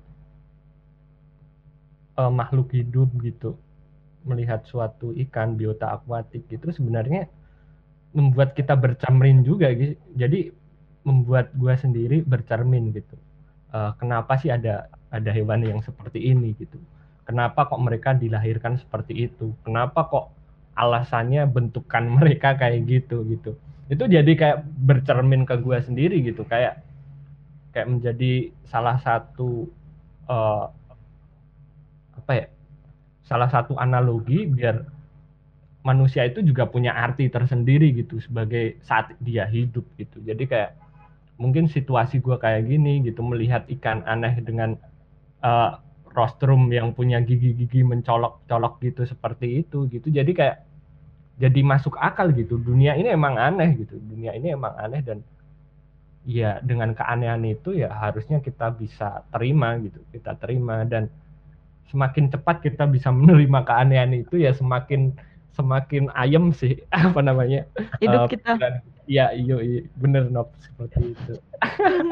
uh, makhluk hidup gitu, melihat suatu ikan biota akuatik itu sebenarnya membuat kita bercermin juga gitu. Jadi membuat gue sendiri bercermin gitu. Uh, kenapa sih ada ada hewan yang seperti ini gitu? Kenapa kok mereka dilahirkan seperti itu? Kenapa kok alasannya bentukan mereka kayak gitu gitu? Itu jadi kayak bercermin ke gue sendiri gitu, kayak kayak menjadi salah satu uh, apa ya? Salah satu analogi biar manusia itu juga punya arti tersendiri gitu sebagai saat dia hidup gitu. Jadi kayak mungkin situasi gue kayak gini gitu, melihat ikan aneh dengan uh, rostrum yang punya gigi-gigi mencolok-colok gitu seperti itu gitu. Jadi kayak jadi masuk akal gitu. Dunia ini emang aneh gitu. Dunia ini emang aneh dan ya dengan keanehan itu ya harusnya kita bisa terima gitu. Kita terima, dan semakin cepat kita bisa menerima keanehan itu ya semakin semakin ayem sih apa namanya hidup uh, kita. Iya, iya, iya, bener Nop, seperti itu.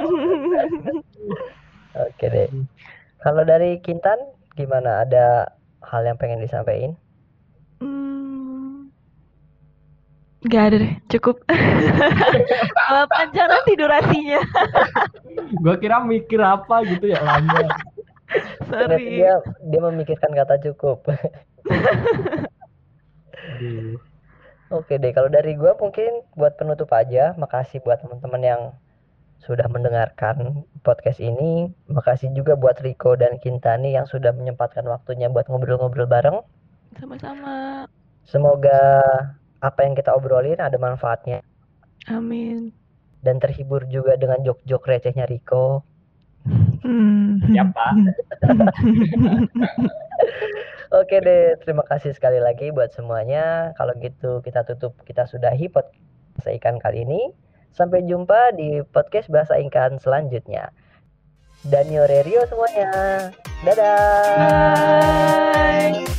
Oke deh. Kalau dari Kintan gimana? Ada hal yang pengen disampaikan? Hmm, nggak ada deh, cukup. Kalau panjang nanti durasinya. Gua kira mikir apa gitu ya lama. Ternyata Sorry. dia dia memikirkan kata cukup. Aduh. Oke deh, kalau dari gua mungkin buat penutup aja, makasih buat teman-teman yang sudah mendengarkan podcast ini. Makasih juga buat Riko dan Kintani yang sudah menyempatkan waktunya buat ngobrol-ngobrol bareng. Sama-sama. Semoga apa yang kita obrolin ada manfaatnya. Amin. Dan terhibur juga dengan jok-jok recehnya Riko. Hmm. Siapa? Oke deh, terima kasih sekali lagi buat semuanya. Kalau gitu kita tutup, kita sudahi podcast Bahasa Ikan kali ini. Sampai jumpa di podcast Bahasa Ikan selanjutnya. Daniel Rerio semuanya. Dadah. Bye.